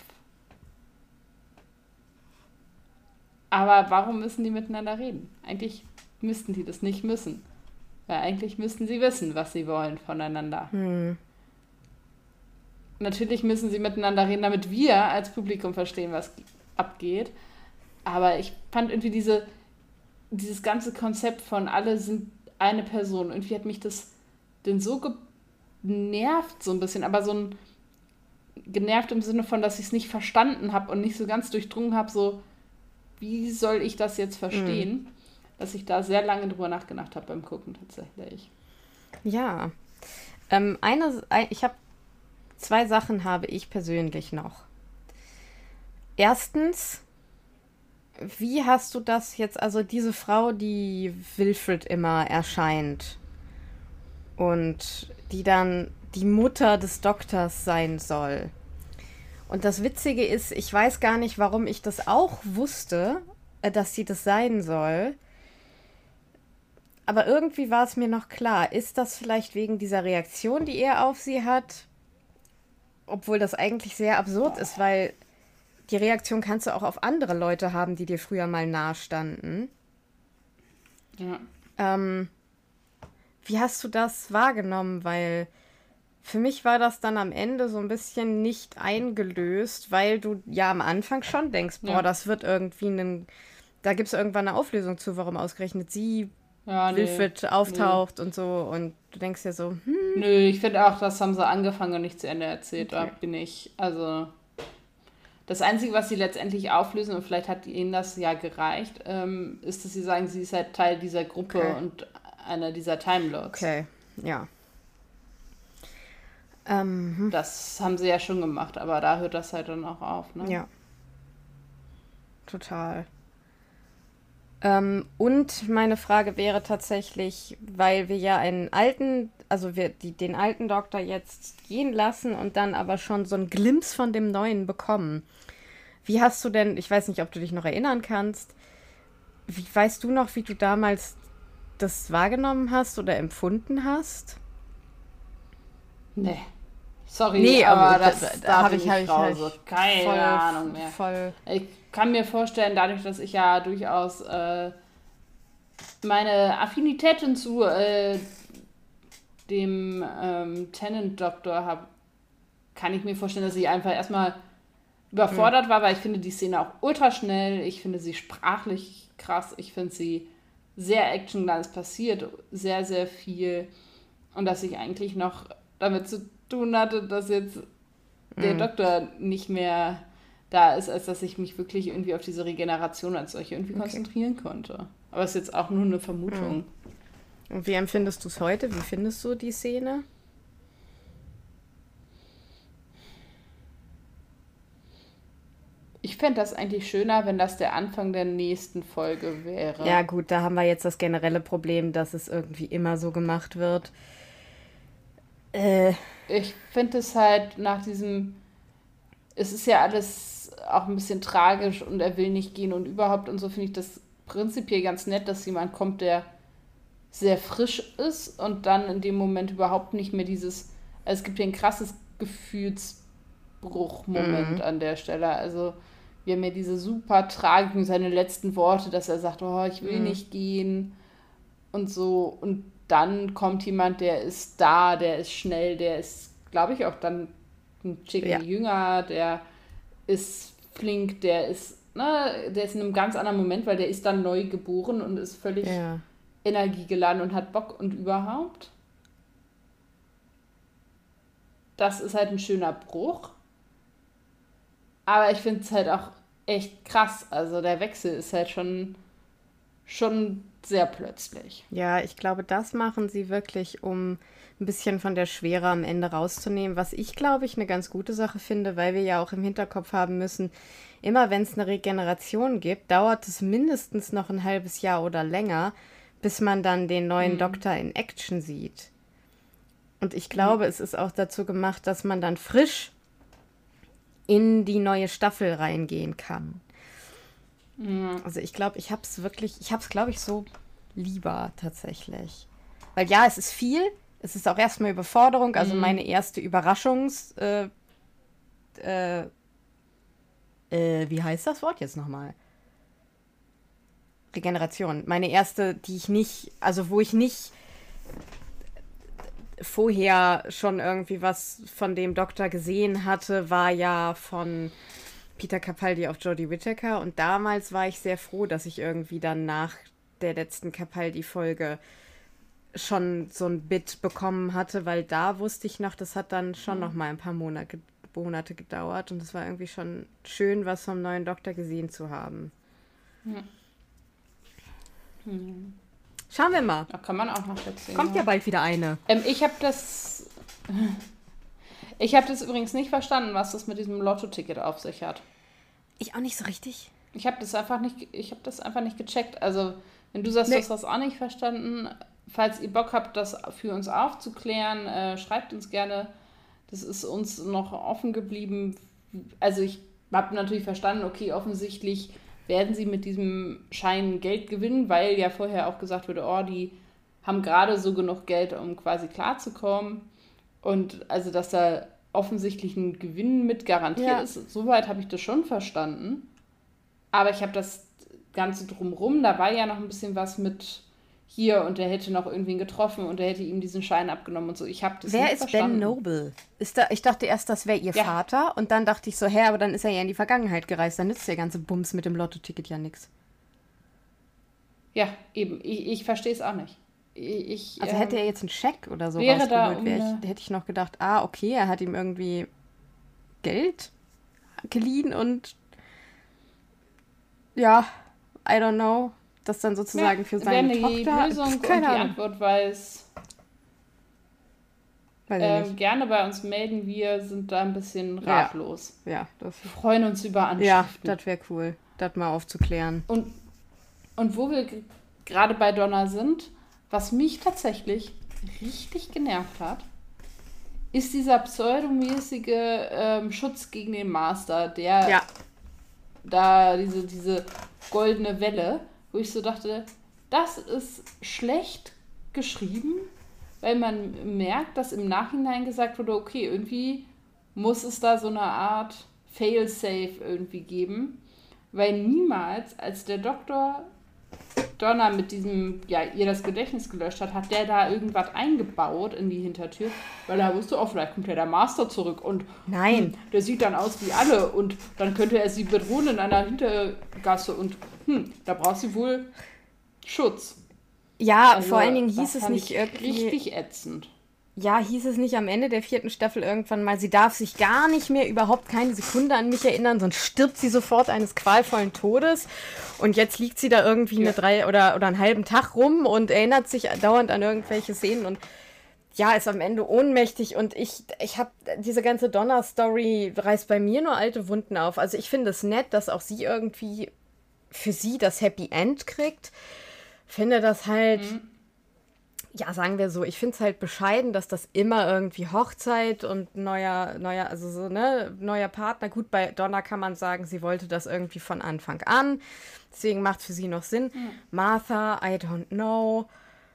Aber warum müssen die miteinander reden? Eigentlich müssten die das nicht müssen. Weil eigentlich müssten sie wissen, was sie wollen voneinander. Hm. Natürlich müssen sie miteinander reden, damit wir als Publikum verstehen, was abgeht. Aber ich fand irgendwie diese, dieses ganze Konzept von alle sind eine Person. Irgendwie hat mich das denn so genervt, so ein bisschen. Aber so ein genervt im Sinne von, dass ich es nicht verstanden habe und nicht so ganz durchdrungen habe, so wie soll ich das jetzt verstehen, dass ich da sehr lange drüber nachgedacht habe beim Gucken tatsächlich. Ja. Ähm, eine, ein- ich habe zwei Sachen habe ich persönlich noch. Erstens, wie hast du das jetzt, also diese Frau, die Wilfred immer erscheint und die dann die Mutter des Doktors sein soll. Und das Witzige ist, ich weiß gar nicht, warum ich das auch wusste, äh, dass sie das sein soll. Aber irgendwie war es mir noch klar. Ist das vielleicht wegen dieser Reaktion, die er auf sie hat? Obwohl das eigentlich sehr absurd ist, weil die Reaktion kannst du auch auf andere Leute haben, die dir früher mal nahe standen. Ja. Ähm, wie hast du das wahrgenommen? Weil für mich war das dann am Ende so ein bisschen nicht eingelöst, weil du ja am Anfang schon denkst, boah, Ja. das wird irgendwie ein, da gibt es irgendwann eine Auflösung zu, warum ausgerechnet sie, Ja, nee. Wilfred, auftaucht und so. Und du denkst dir so, hm, Nö, ich finde auch, das haben sie angefangen und nicht zu Ende erzählt. Okay. Da bin ich, also das Einzige, was sie letztendlich auflösen, und vielleicht hat ihnen das ja gereicht, ähm, ist, dass sie sagen, sie ist halt Teil dieser Gruppe Okay. und einer dieser Time Lords. okay, ja. Ähm, hm, Das haben sie ja schon gemacht, aber da hört das halt dann auch auf, ne? ja, total. Ähm, und meine Frage wäre tatsächlich, weil wir ja einen alten, also wir die, den alten Doktor jetzt gehen lassen und dann aber schon so einen Glimps von dem neuen bekommen. Wie hast du denn, ich weiß nicht, ob du dich noch erinnern kannst, wie weißt du noch, wie du damals das wahrgenommen hast oder empfunden hast? Nee. Sorry, Nee, aber aber das, da, da, da habe bin ich, ich, hab ich, hab raus. ich Keine voll, Ahnung mehr. voll, Ich kann mir vorstellen, dadurch, dass ich ja durchaus äh, meine Affinitäten zu äh, dem ähm, Tennant-Doktor habe, kann ich mir vorstellen, dass ich einfach erstmal überfordert war, weil ich finde die Szene auch ultra schnell. Ich finde sie sprachlich krass. Ich finde sie sehr actiongeladen. Es passiert sehr, sehr viel. Und dass ich eigentlich noch damit zu tun hatte, dass jetzt der Doktor nicht mehr da ist, als dass ich mich wirklich irgendwie auf diese Regeneration als solche irgendwie Okay. konzentrieren konnte. Aber es ist jetzt auch nur eine Vermutung. Und wie empfindest du es heute? Wie findest du die Szene? Ich fände das eigentlich schöner, wenn das der Anfang der nächsten Folge wäre. Ja, gut, da haben wir jetzt das generelle Problem, dass es irgendwie immer so gemacht wird. Äh, Ich finde es halt nach diesem, es ist ja alles auch ein bisschen tragisch und er will nicht gehen und überhaupt und so finde ich das prinzipiell ganz nett, dass jemand kommt, der sehr frisch ist und dann in dem Moment überhaupt nicht mehr dieses, also es gibt hier ein krasses Gefühlsbruchmoment an der Stelle. Also wir haben ja diese super Tragik, seine letzten Worte, dass er sagt, oh, ich will nicht gehen und so. Und dann kommt jemand, der ist da, der ist schnell, der ist, glaube ich, auch dann ein Chicken Ja. jünger, der ist flink, der ist, ne, der ist in einem ganz anderen Moment, weil der ist dann neu geboren und ist völlig ja. energiegeladen und hat Bock und überhaupt. Das ist halt ein schöner Bruch. Aber ich finde es halt auch echt krass. Also der Wechsel ist halt schon, schon sehr plötzlich. Ja, ich glaube, das machen sie wirklich, um ein bisschen von der Schwere am Ende rauszunehmen, was ich, glaube ich, eine ganz gute Sache finde, weil wir ja auch im Hinterkopf haben müssen, immer wenn es eine Regeneration gibt, dauert es mindestens noch ein halbes Jahr oder länger, bis man dann den neuen Doktor in Action sieht. Und ich glaube, es ist auch dazu gemacht, dass man dann frisch in die neue Staffel reingehen kann. Also ich glaube, ich habe es wirklich, ich habe es, glaube ich, so lieber tatsächlich. Weil ja, es ist viel, es ist auch erstmal Überforderung, also meine erste Überraschungs... Äh, äh, äh, wie heißt das Wort jetzt nochmal? Regeneration. Meine erste, die ich nicht, also wo ich nicht vorher schon irgendwie was von dem Doktor gesehen hatte, war ja von Peter Capaldi auf Jodie Whittaker. Und damals war ich sehr froh, dass ich irgendwie dann nach der letzten Capaldi-Folge schon so ein Bit bekommen hatte, weil da wusste ich noch, das hat dann schon noch mal ein paar Monate, Monate gedauert und es war irgendwie schon schön, was vom neuen Doktor gesehen zu haben. Schauen wir mal. Da kann man auch noch erzählen. Kommt ja bald wieder eine. Ähm, ich habe das. Ich habe das übrigens nicht verstanden, was das mit diesem Lotto-Ticket auf sich hat. Ich auch nicht so richtig. Ich habe das einfach nicht, ich habe das einfach nicht gecheckt. Also, wenn du sagst, Nee. du hast das auch nicht verstanden, falls ihr Bock habt, das für uns aufzuklären, äh, schreibt uns gerne. Das ist uns noch offen geblieben. Also, ich habe natürlich verstanden, okay, offensichtlich werden sie mit diesem Schein Geld gewinnen, weil ja vorher auch gesagt wurde, oh, die haben gerade so genug Geld, um quasi klarzukommen. Und also, dass da offensichtlich ein Gewinn mit garantiert Ja. ist, soweit habe ich das schon verstanden. Aber ich habe das Ganze drumrum, da war ja noch ein bisschen was mit hier und der hätte noch irgendwen getroffen und der hätte ihm diesen Schein abgenommen und so. Ich habe das Wer nicht ist verstanden. Ben Noble? Ist da, ich dachte erst, das wäre ihr Ja. Vater und dann dachte ich so, hä, aber dann ist er ja in die Vergangenheit gereist, dann nützt der ganze Bums mit dem Lottoticket ja nichts. Ja, eben. Ich, ich verstehe es auch nicht. Ich, Also ähm, hätte er jetzt einen Scheck oder so wäre da rausgeholt, um wär eine- ich, hätte ich noch gedacht, ah, okay, er hat ihm irgendwie Geld geliehen und ja, I don't know, das dann sozusagen ja, für wäre seine eine Tochter. Lösung und die Keine Ahnung. Antwort weiß. Weiß ich Ähm, nicht. gerne bei uns melden. Wir sind da ein bisschen Ja. ratlos. Ja, das, Wir freuen uns über ja, Anschriften. das wäre cool, das mal aufzuklären. Und, und wo wir g- gerade bei Donna sind, was mich tatsächlich richtig genervt hat, ist dieser pseudomäßige ähm, Schutz gegen den Master, der Ja, da diese, diese goldene Welle, wo ich so dachte, das ist schlecht geschrieben, weil man merkt, dass im Nachhinein gesagt wurde, okay, irgendwie muss es da so eine Art Fail-Safe irgendwie geben, weil niemals, als der Doktor Donna mit diesem, ja, ihr das Gedächtnis gelöscht hat, hat der da irgendwas eingebaut in die Hintertür, weil er wusste, oh, vielleicht kommt ja der Master zurück und nein. hm, der sieht dann aus wie alle und dann könnte er sie bedrohen in einer Hintergasse und hm, da braucht sie wohl Schutz. Ja, Also, vor allen Dingen das hieß es fand nicht ich irgendwie. richtig ätzend. Ja, hieß es nicht am Ende der vierten Staffel irgendwann mal, sie darf sich gar nicht mehr, überhaupt keine Sekunde an mich erinnern, sonst stirbt sie sofort eines qualvollen Todes. Und jetzt liegt sie da irgendwie Ja. eine drei oder, oder einen halben Tag rum und erinnert sich dauernd an irgendwelche Szenen und ja, ist am Ende ohnmächtig. Und ich, ich habe diese ganze Donner-Story reißt bei mir nur alte Wunden auf. Also ich finde es nett, dass auch sie irgendwie für sie das Happy End kriegt. Finde das halt. Mhm. Ja, sagen wir so, ich finde es halt bescheiden, dass das immer irgendwie Hochzeit und neuer, neuer, also so, ne, neuer Partner. Gut, bei Donna kann man sagen, sie wollte das irgendwie von Anfang an. Deswegen macht für sie noch Sinn. Martha, I don't know.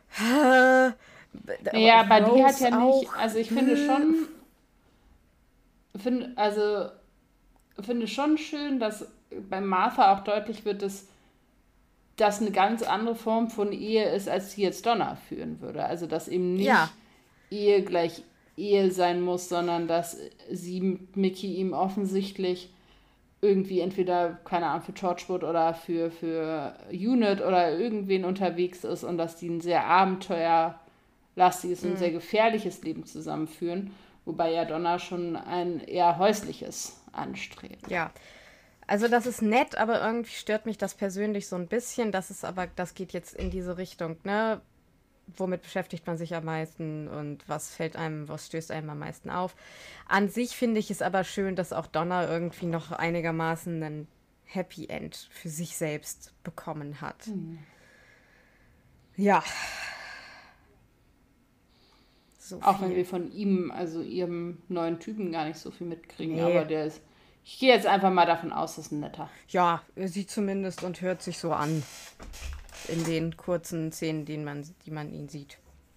Ja, bei die hat Rose ja nicht, auch. also ich finde schon, finde, also finde schon schön, dass bei Martha auch deutlich wird, dass das eine ganz andere Form von Ehe ist, als die jetzt Donna führen würde. Also dass eben nicht Ja. Ehe gleich Ehe sein muss, sondern dass sie mit Mickey ihm offensichtlich irgendwie entweder, keine Ahnung, für Torchwood oder für, für Unit oder irgendwen unterwegs ist und dass die ein sehr abenteuerlastiges und sehr gefährliches Leben zusammenführen, wobei ja Donna schon ein eher häusliches anstrebt. Ja. Also das ist nett, aber irgendwie stört mich das persönlich so ein bisschen. Das ist aber, das geht jetzt in diese Richtung, ne? Womit beschäftigt man sich am meisten und was fällt einem, was stößt einem am meisten auf. An sich finde ich es aber schön, dass auch Donna irgendwie noch einigermaßen ein Happy End für sich selbst bekommen hat. Ja. So Auch wenn viel. wir von ihm, also ihrem neuen Typen, gar nicht so viel mitkriegen, Nee. aber der ist, ich gehe jetzt einfach mal davon aus, das ist ein netter. Ja, er sieht zumindest und hört sich so an. In den kurzen Szenen, die man, die man ihn sieht.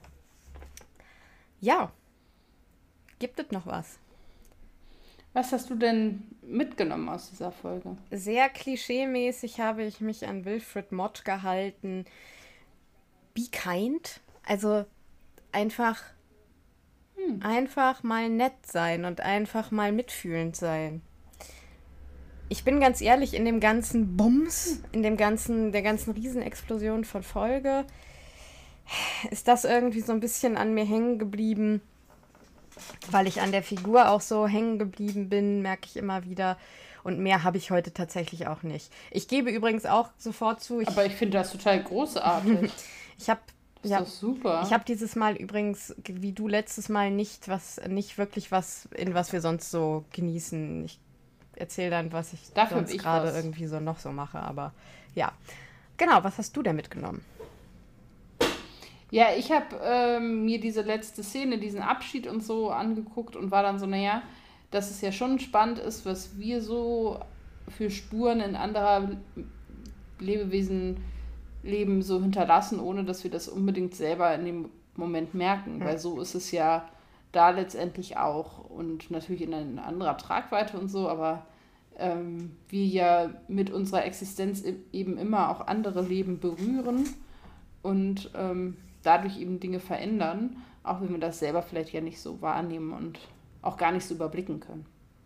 Ja. Gibt es noch was? Was hast du denn mitgenommen aus dieser Folge? Sehr klischeemäßig habe ich mich an Wilfred Mott gehalten. Be kind. Also einfach, einfach mal nett sein und einfach mal mitfühlend sein. Ich bin ganz ehrlich, in dem ganzen Bums, in dem ganzen, der ganzen Riesenexplosion von Folge, ist das irgendwie so ein bisschen an mir hängen geblieben, weil ich an der Figur auch so hängen geblieben bin, merke ich immer wieder. Und mehr habe ich heute tatsächlich auch nicht. Ich gebe übrigens auch sofort zu, ich, Aber ich finde das total großartig. ich habe Das ja, ist doch super. ich habe dieses Mal übrigens, wie du letztes Mal, nicht was, nicht wirklich was, in was wir sonst so genießen. Ich erzähle dann, was ich Dafür hab sonst ich gerade was. irgendwie so noch so mache, aber ja. Genau, was hast du denn mitgenommen? Ja, ich habe ähm, mir diese letzte Szene, diesen Abschied und so angeguckt und war dann so, naja, dass es ja schon spannend ist, was wir so für Spuren in anderer Lebewesen Leben so hinterlassen, ohne dass wir das unbedingt selber in dem Moment merken. Ja. Weil so ist es ja da letztendlich auch und natürlich in einer anderer Tragweite und so, aber ähm, wir ja mit unserer Existenz e- eben immer auch andere Leben berühren und ähm, dadurch eben Dinge verändern, auch wenn wir das selber vielleicht ja nicht so wahrnehmen und auch gar nicht so überblicken können.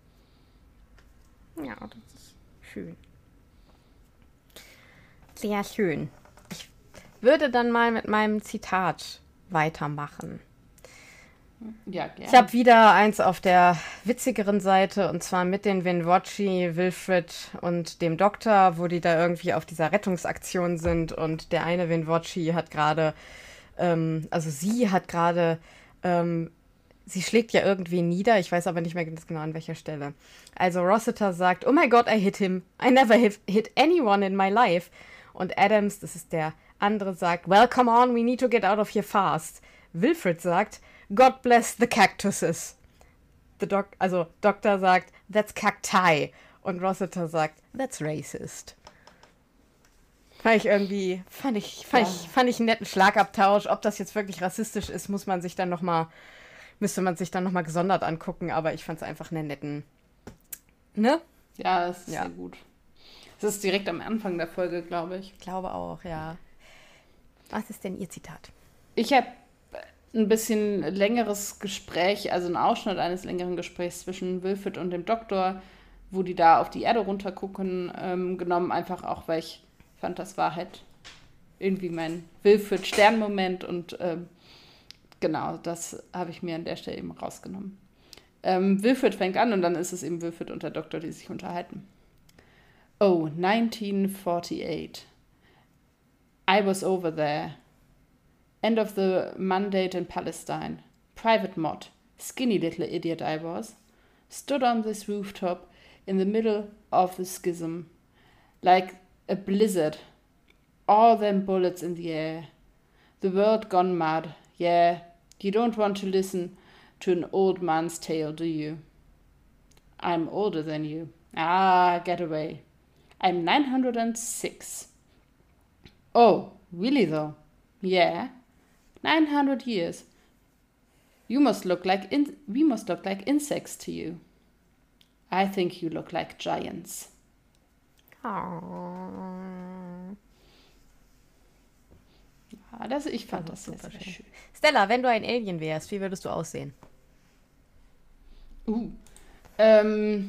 Ja, das ist schön. Sehr schön. Ich würde dann mal mit meinem Zitat weitermachen. Ja, gerne. Ich habe wieder eins auf der witzigeren Seite, und zwar mit den Vinvoci, Wilfred und dem Doktor, wo die da irgendwie auf dieser Rettungsaktion sind, und der eine Vinvoci hat gerade, ähm, also sie hat gerade, ähm, sie schlägt ja irgendwie nieder, ich weiß aber nicht mehr ganz genau an welcher Stelle. Also Rossiter sagt, oh my God, I hit him. I never hit, hit anyone in my life. Und Adams, das ist der andere, sagt, well, come on, we need to get out of here fast. Wilfred sagt, God bless the cactuses. The doc, also Doktor sagt, that's cacti. Und Rossiter sagt, that's racist. Fand ich irgendwie, fand ich, fand, ja. ich, fand ich einen netten Schlagabtausch. Ob das jetzt wirklich rassistisch ist, muss man sich dann noch mal, müsste man sich dann nochmal gesondert angucken. Aber ich fand es einfach einen netten, ne? Ja, das ist ja. sehr gut. Das ist direkt am Anfang der Folge, glaube ich. Ich glaube auch, ja. Was ist denn Ihr Zitat? Ich habe ein bisschen längeres Gespräch, also ein Ausschnitt eines längeren Gesprächs zwischen Wilfred und dem Doktor, wo die da auf die Erde runtergucken, ähm, genommen, einfach auch, weil ich fand, das war halt irgendwie mein Wilfred-Stern-Moment und ähm, genau, das habe ich mir an der Stelle eben rausgenommen. Ähm, Wilfred fängt an und dann ist es eben Wilfred und der Doktor, die sich unterhalten. Oh, nineteen forty-eight. I was over there. End of the mandate in Palestine. Private Mod, skinny little idiot I was, stood on this rooftop in the middle of the schism, like a blizzard, all them bullets in the air. The world gone mad, yeah, you don't want to listen to an old man's tale, do you? I'm older than you. Ah, get away. I'm nine hundred six. Oh, really though? Yeah. Nine hundred years. You must look like in- we must look like insects to you. I think you look like giants. Oh. Ja, das, ich fand das, das super schön. schön. Stella, wenn du ein Alien wärst, wie würdest du aussehen? Uh. Ähm.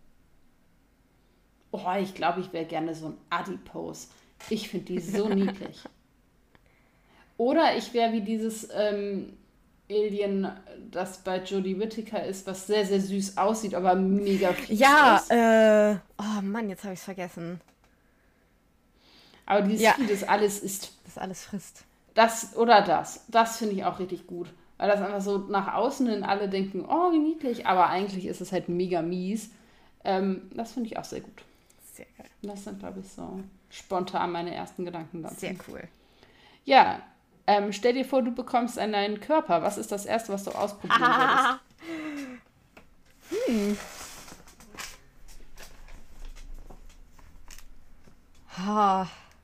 Oh, ich glaube, ich wäre gerne so ein Adipose. Ich finde die so niedlich. Oder ich wäre wie dieses ähm, Alien, das bei Jodie Whittaker ist, was sehr, sehr süß aussieht, aber mega fies ja, ist. Ja, äh, oh Mann, jetzt habe ich es vergessen. Aber dieses ja. Vieh, das alles isst. Das alles frisst. Das oder das. Das finde ich auch richtig gut. Weil das einfach so nach außen hin alle denken, oh, wie niedlich, aber eigentlich ist es halt mega mies. Ähm, das finde ich auch sehr gut. Sehr geil. Das sind, glaube ich, so spontan meine ersten Gedanken dazu. Sehr cool. Ja, ähm, stell dir vor, du bekommst einen neuen Körper. Was ist das Erste, was du ausprobieren würdest? Hm. Ha.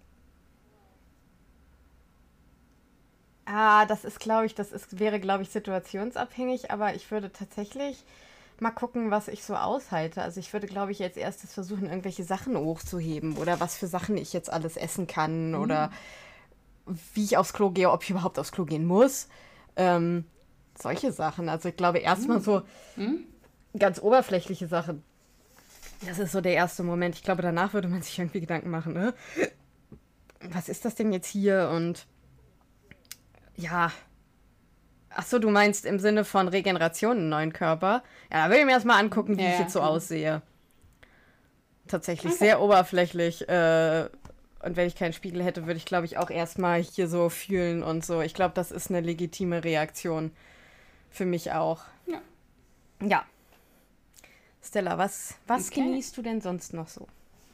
Ah, das ist, glaube ich, das ist, wäre, glaube ich, situationsabhängig, aber ich würde tatsächlich mal gucken, was ich so aushalte. Also ich würde, glaube ich, als erstes versuchen, irgendwelche Sachen hochzuheben oder was für Sachen ich jetzt alles essen kann mhm. oder wie ich aufs Klo gehe, ob ich überhaupt aufs Klo gehen muss. Ähm, solche Sachen. Also ich glaube, erstmal so mhm. ganz oberflächliche Sachen. Das ist so der erste Moment. Ich glaube, danach würde man sich irgendwie Gedanken machen, ne? Was ist das denn jetzt hier? Und ja. Ach so, du meinst im Sinne von Regeneration einen neuen Körper? Ja, da würde ich mir erstmal angucken, wie ja, ich jetzt so ja. aussehe. Tatsächlich okay. sehr oberflächlich. Äh, und wenn ich keinen Spiegel hätte, würde ich, glaube ich, auch erstmal hier so fühlen und so. Ich glaube, das ist eine legitime Reaktion für mich auch. Ja. Ja. Stella, was, was okay. genießt du denn sonst noch so?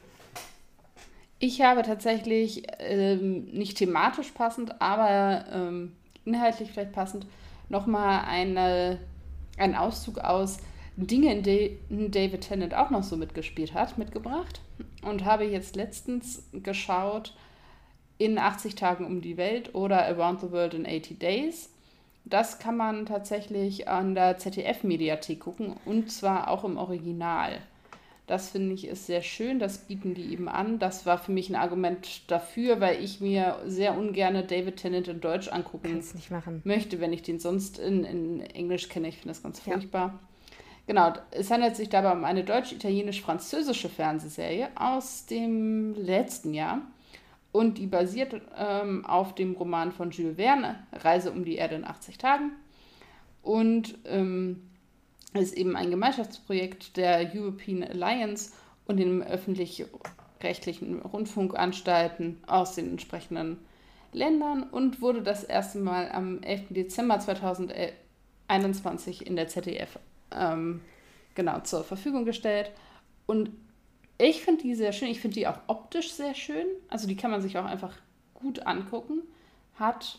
Ich habe tatsächlich, ähm, nicht thematisch passend, aber ähm, inhaltlich vielleicht passend, nochmal eine, einen Auszug aus Dinge, in denen David Tennant auch noch so mitgespielt hat, mitgebracht. Und habe jetzt letztens geschaut in achtzig Tagen um die Welt oder Around the World in eighty days. Das kann man tatsächlich an der Z D F-Mediathek gucken und zwar auch im Original. Das finde ich ist sehr schön, das bieten die eben an. Das war für mich ein Argument dafür, weil ich mir sehr ungern David Tennant in Deutsch angucken Kannst nicht machen. möchte, wenn ich den sonst in, in Englisch kenne. Ich finde das ganz Ja. furchtbar. Genau, es handelt sich dabei um eine deutsch-italienisch-französische Fernsehserie aus dem letzten Jahr. Und die basiert ähm, auf dem Roman von Jules Verne, Reise um die Erde in achtzig Tagen. Und ähm, ist eben ein Gemeinschaftsprojekt der European Alliance und den öffentlich-rechtlichen Rundfunkanstalten aus den entsprechenden Ländern und wurde das erste Mal am elften Dezember zweitausendeinundzwanzig in der Z D F ähm, genau zur Verfügung gestellt. Und ich finde die sehr schön. Ich finde die auch optisch sehr schön. Also die kann man sich auch einfach gut angucken. Hat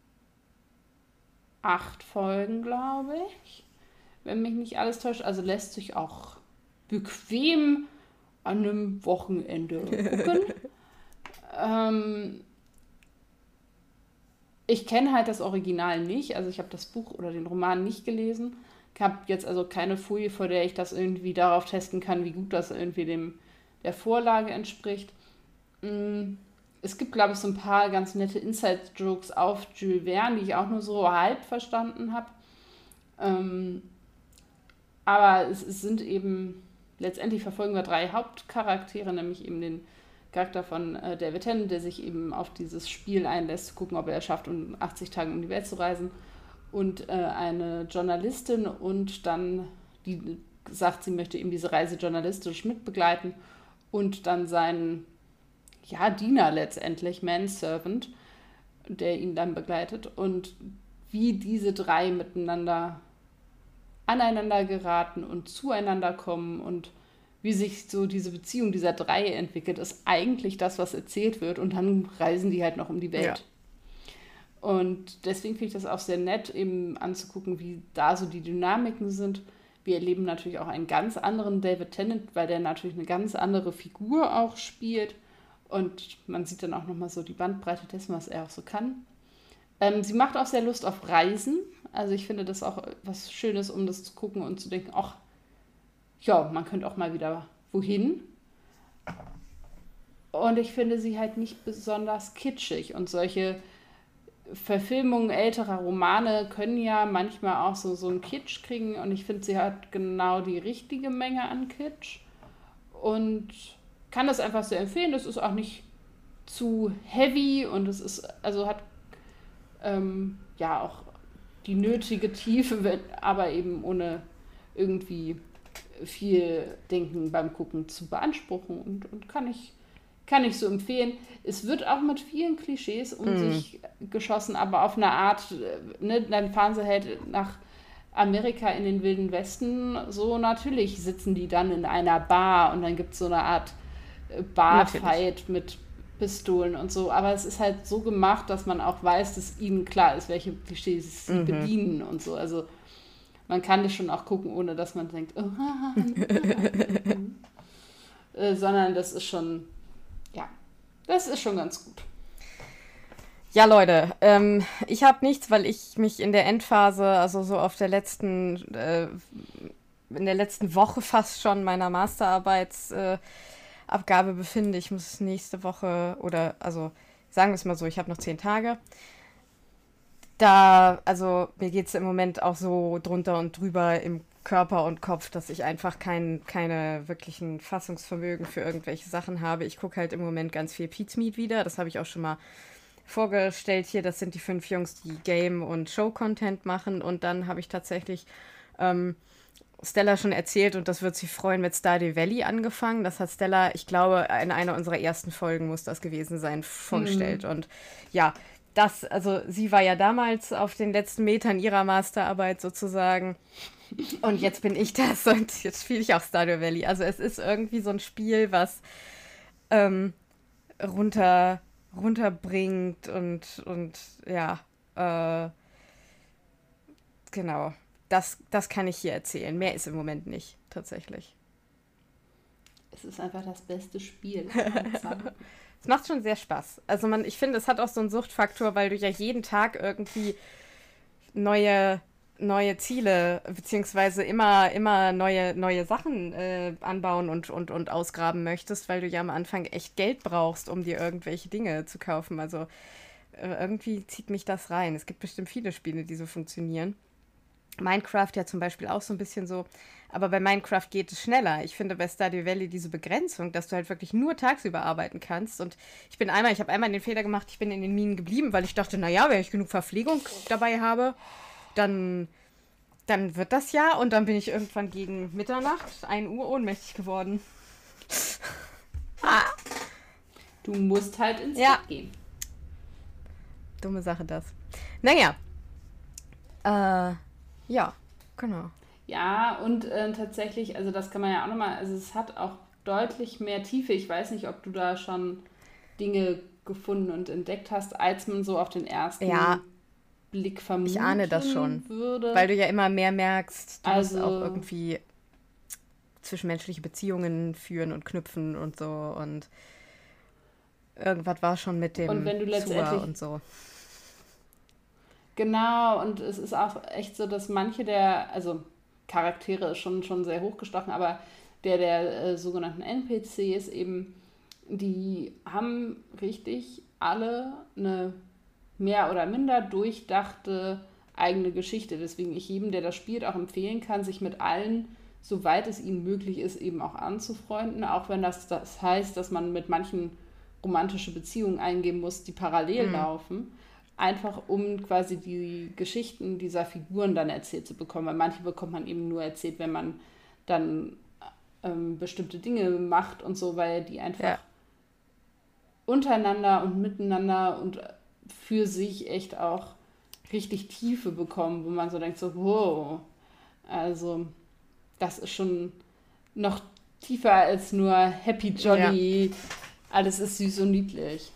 acht Folgen, glaube ich, wenn mich nicht alles täuscht. Also lässt sich auch bequem an einem Wochenende gucken. ähm, ich kenne halt das Original nicht. Also ich habe das Buch oder den Roman nicht gelesen. Ich habe jetzt also keine Folie, vor der ich das irgendwie darauf testen kann, wie gut das irgendwie dem der Vorlage entspricht. Es gibt, glaube ich, so ein paar ganz nette Inside-Jokes auf Jules Verne, die ich auch nur so halb verstanden habe. Ähm, aber es, es sind eben, letztendlich verfolgen wir drei Hauptcharaktere, nämlich eben den Charakter von äh, David Tennant, der sich eben auf dieses Spiel einlässt, zu gucken, ob er es schafft, um achtzig Tage um die Welt zu reisen. Und äh, eine Journalistin und dann, die sagt, sie möchte eben diese Reise journalistisch mitbegleiten. Und dann seinen, ja, Diener letztendlich, Manservant, der ihn dann begleitet. Und wie diese drei miteinander aneinander geraten und zueinander kommen und wie sich so diese Beziehung dieser drei entwickelt, ist eigentlich das, was erzählt wird. Und dann reisen die halt noch um die Welt. Ja. Und deswegen finde ich das auch sehr nett, eben anzugucken, wie da so die Dynamiken sind. Wir erleben natürlich auch einen ganz anderen David Tennant, weil der natürlich eine ganz andere Figur auch spielt. Und man sieht dann auch nochmal so die Bandbreite dessen, was er auch so kann. Ähm, sie macht auch sehr Lust auf Reisen. Also ich finde das auch was Schönes, um das zu gucken und zu denken, ach, ja, man könnte auch mal wieder wohin. Und ich finde sie halt nicht besonders kitschig. Und solche Verfilmungen älterer Romane können ja manchmal auch so, so einen Kitsch kriegen. Und ich finde, sie hat genau die richtige Menge an Kitsch. Und kann das einfach sehr empfehlen. Das ist auch nicht zu heavy und es ist, also hat ähm, ja auch die nötige Tiefe, aber eben ohne irgendwie viel Denken beim Gucken zu beanspruchen und, und kann ich kann ich so empfehlen. Es wird auch mit vielen Klischees um mm. sich geschossen, aber auf eine Art, ne, dann fahren sie halt nach Amerika in den Wilden Westen, so natürlich sitzen die dann in einer Bar und dann gibt es so eine Art Barfight mit Pistolen und so, aber es ist halt so gemacht, dass man auch weiß, dass ihnen klar ist, welche Klischees sie mhm. bedienen und so, also man kann das schon auch gucken, ohne dass man denkt, oh, äh, sondern das ist schon, ja, das ist schon ganz gut. Ja, Leute, ähm, ich habe nichts, weil ich mich in der Endphase, also so auf der letzten, äh, in der letzten Woche fast schon meiner Masterarbeitsabgabe äh, befinde. Ich muss nächste Woche, oder, also sagen wir es mal so, ich habe noch zehn Tage. Da, also mir geht es im Moment auch so drunter und drüber im Körper und Kopf, dass ich einfach kein, keine wirklichen Fassungsvermögen für irgendwelche Sachen habe. Ich gucke halt im Moment ganz viel Pete's Meat wieder, das habe ich auch schon mal vorgestellt hier. Das sind die fünf Jungs, die Game- und Show-Content machen. Und dann habe ich tatsächlich ähm, Stella schon erzählt, und das wird sie freuen, mit Stardew Valley angefangen. Das hat Stella, ich glaube, in einer unserer ersten Folgen muss das gewesen sein, vorgestellt. Mhm. Und ja, das, also sie war ja damals auf den letzten Metern ihrer Masterarbeit sozusagen. Und jetzt bin ich das und jetzt spiele ich auch Stardew Valley. Also es ist irgendwie so ein Spiel, was ähm, runter... runterbringt und, und ja, äh, genau, das, das kann ich hier erzählen. Mehr ist im Moment nicht, tatsächlich. Es ist einfach das beste Spiel. Es macht schon sehr Spaß. Also man, ich finde, es hat auch so einen Suchtfaktor, weil du ja jeden Tag irgendwie neue, neue Ziele, beziehungsweise immer, immer neue, neue Sachen äh, anbauen und, und, und ausgraben möchtest, weil du ja am Anfang echt Geld brauchst, um dir irgendwelche Dinge zu kaufen. Also äh, irgendwie zieht mich das rein. Es gibt bestimmt viele Spiele, die so funktionieren. Minecraft ja zum Beispiel auch so ein bisschen so, aber bei Minecraft geht es schneller. Ich finde bei Stardew Valley diese Begrenzung, dass du halt wirklich nur tagsüber arbeiten kannst. Und ich bin einmal, ich habe einmal den Fehler gemacht, ich bin in den Minen geblieben, weil ich dachte, naja, wenn ich genug Verpflegung dabei habe, dann, dann wird das ja. Und dann bin ich irgendwann gegen Mitternacht, ein Uhr ohnmächtig geworden. ah. Du musst halt ins ja. Bett gehen. Dumme Sache das. Naja. Äh, ja, genau. Ja, und äh, tatsächlich, also das kann man ja auch nochmal, also es hat auch deutlich mehr Tiefe. Ich weiß nicht, ob du da schon Dinge gefunden und entdeckt hast, als man so auf den ersten ja, Blick vermuten ich ahne das schon, würde. Weil du ja immer mehr merkst, du also, musst auch irgendwie zwischenmenschliche Beziehungen führen und knüpfen und so und irgendwas war schon mit dem und wenn du letztendlich und so. Genau, und es ist auch echt so, dass manche der, also Charaktere ist schon, schon sehr hochgestochen, aber der der äh, sogenannten N P Cs eben, die haben richtig alle eine mehr oder minder durchdachte eigene Geschichte. Deswegen ich jedem, der das spielt, auch empfehlen kann, sich mit allen, soweit es ihnen möglich ist, eben auch anzufreunden, auch wenn das, das heißt, dass man mit manchen romantische Beziehungen eingehen muss, die parallel mhm. laufen. Einfach um quasi die Geschichten dieser Figuren dann erzählt zu bekommen. Weil manche bekommt man eben nur erzählt, wenn man dann ähm, bestimmte Dinge macht und so, weil die einfach ja. untereinander und miteinander und für sich echt auch richtig Tiefe bekommen, wo man so denkt, so wow, also das ist schon noch tiefer als nur happy, jolly, ja. alles ist süß und niedlich.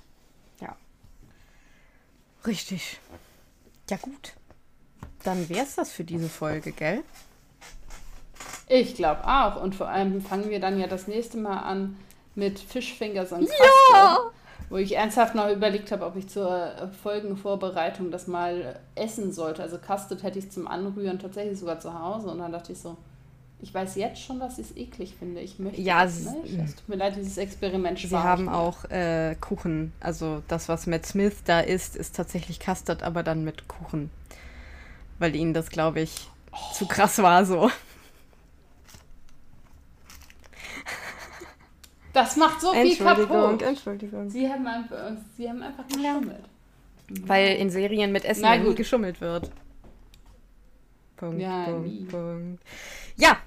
Richtig. Ja gut. Dann wär's das für diese Folge, gell? Ich glaube auch. Und vor allem fangen wir dann ja das nächste Mal an mit Fischfingers und Custard. Ja! Wo ich ernsthaft noch überlegt habe, ob ich zur Folgenvorbereitung das mal essen sollte. Also Custard hätte ich zum Anrühren tatsächlich sogar zu Hause. Und dann dachte ich so, ich weiß jetzt schon, dass ich es eklig finde. Ich möchte ja, das nicht. Es tut mir leid, dieses Experiment spart. Sie haben auch äh, Kuchen. Also das, was Matt Smith da isst, ist tatsächlich Custard, aber dann mit Kuchen. Weil ihnen das, glaube ich, oh. zu krass war so. Das macht so viel kaputt. Entschuldigung. Sie haben einfach, Sie haben einfach geschummelt. Ja. Weil in Serien mit Essen ja nie geschummelt wird. Punkt, ja, Punkt, nie. Punkt. Ja.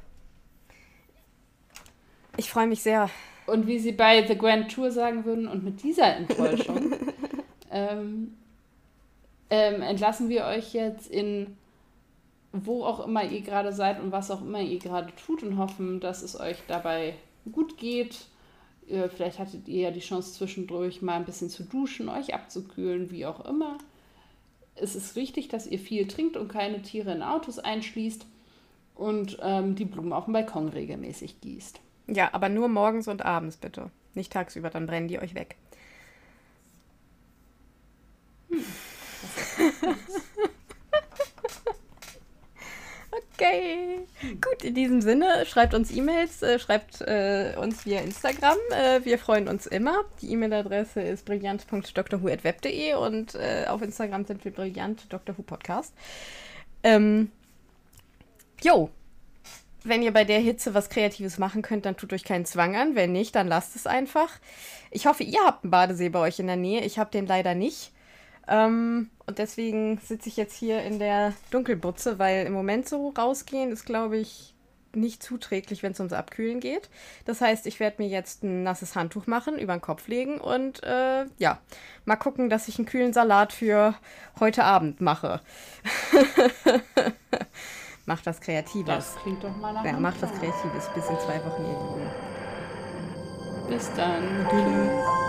Ich freue mich sehr. Und wie sie bei The Grand Tour sagen würden, und mit dieser Enttäuschung ähm, ähm, entlassen wir euch jetzt in wo auch immer ihr gerade seid und was auch immer ihr gerade tut und hoffen, dass es euch dabei gut geht. Äh, vielleicht hattet ihr ja die Chance zwischendurch mal ein bisschen zu duschen, euch abzukühlen, wie auch immer. Es ist wichtig, dass ihr viel trinkt und keine Tiere in Autos einschließt und ähm, die Blumen auf dem Balkon regelmäßig gießt. Ja, aber nur morgens und abends bitte. Nicht tagsüber, dann brennen die euch weg. Hm. Okay. Gut, in diesem Sinne, schreibt uns E-Mails, äh, schreibt äh, uns via Instagram. Äh, wir freuen uns immer. Die E-Mail-Adresse ist brillant punkt d r hu punkt web punkt de und äh, auf Instagram sind wir brillant punkt d r hu podcast. Ähm, jo. Wenn ihr bei der Hitze was Kreatives machen könnt, dann tut euch keinen Zwang an. Wenn nicht, dann lasst es einfach. Ich hoffe, ihr habt einen Badesee bei euch in der Nähe. Ich habe den leider nicht. Ähm, und deswegen sitze ich jetzt hier in der Dunkelbutze, weil im Moment so rausgehen ist, glaube ich, nicht zuträglich, wenn es ums Abkühlen geht. Das heißt, ich werde mir jetzt ein nasses Handtuch machen, über den Kopf legen und äh, ja, mal gucken, dass ich einen kühlen Salat für heute Abend mache. Macht was Kreatives. Das klingt doch mal nach Ja, macht was Kreatives. Bis in zwei Wochen, ihr Lieben. Bis dann. Tschüss.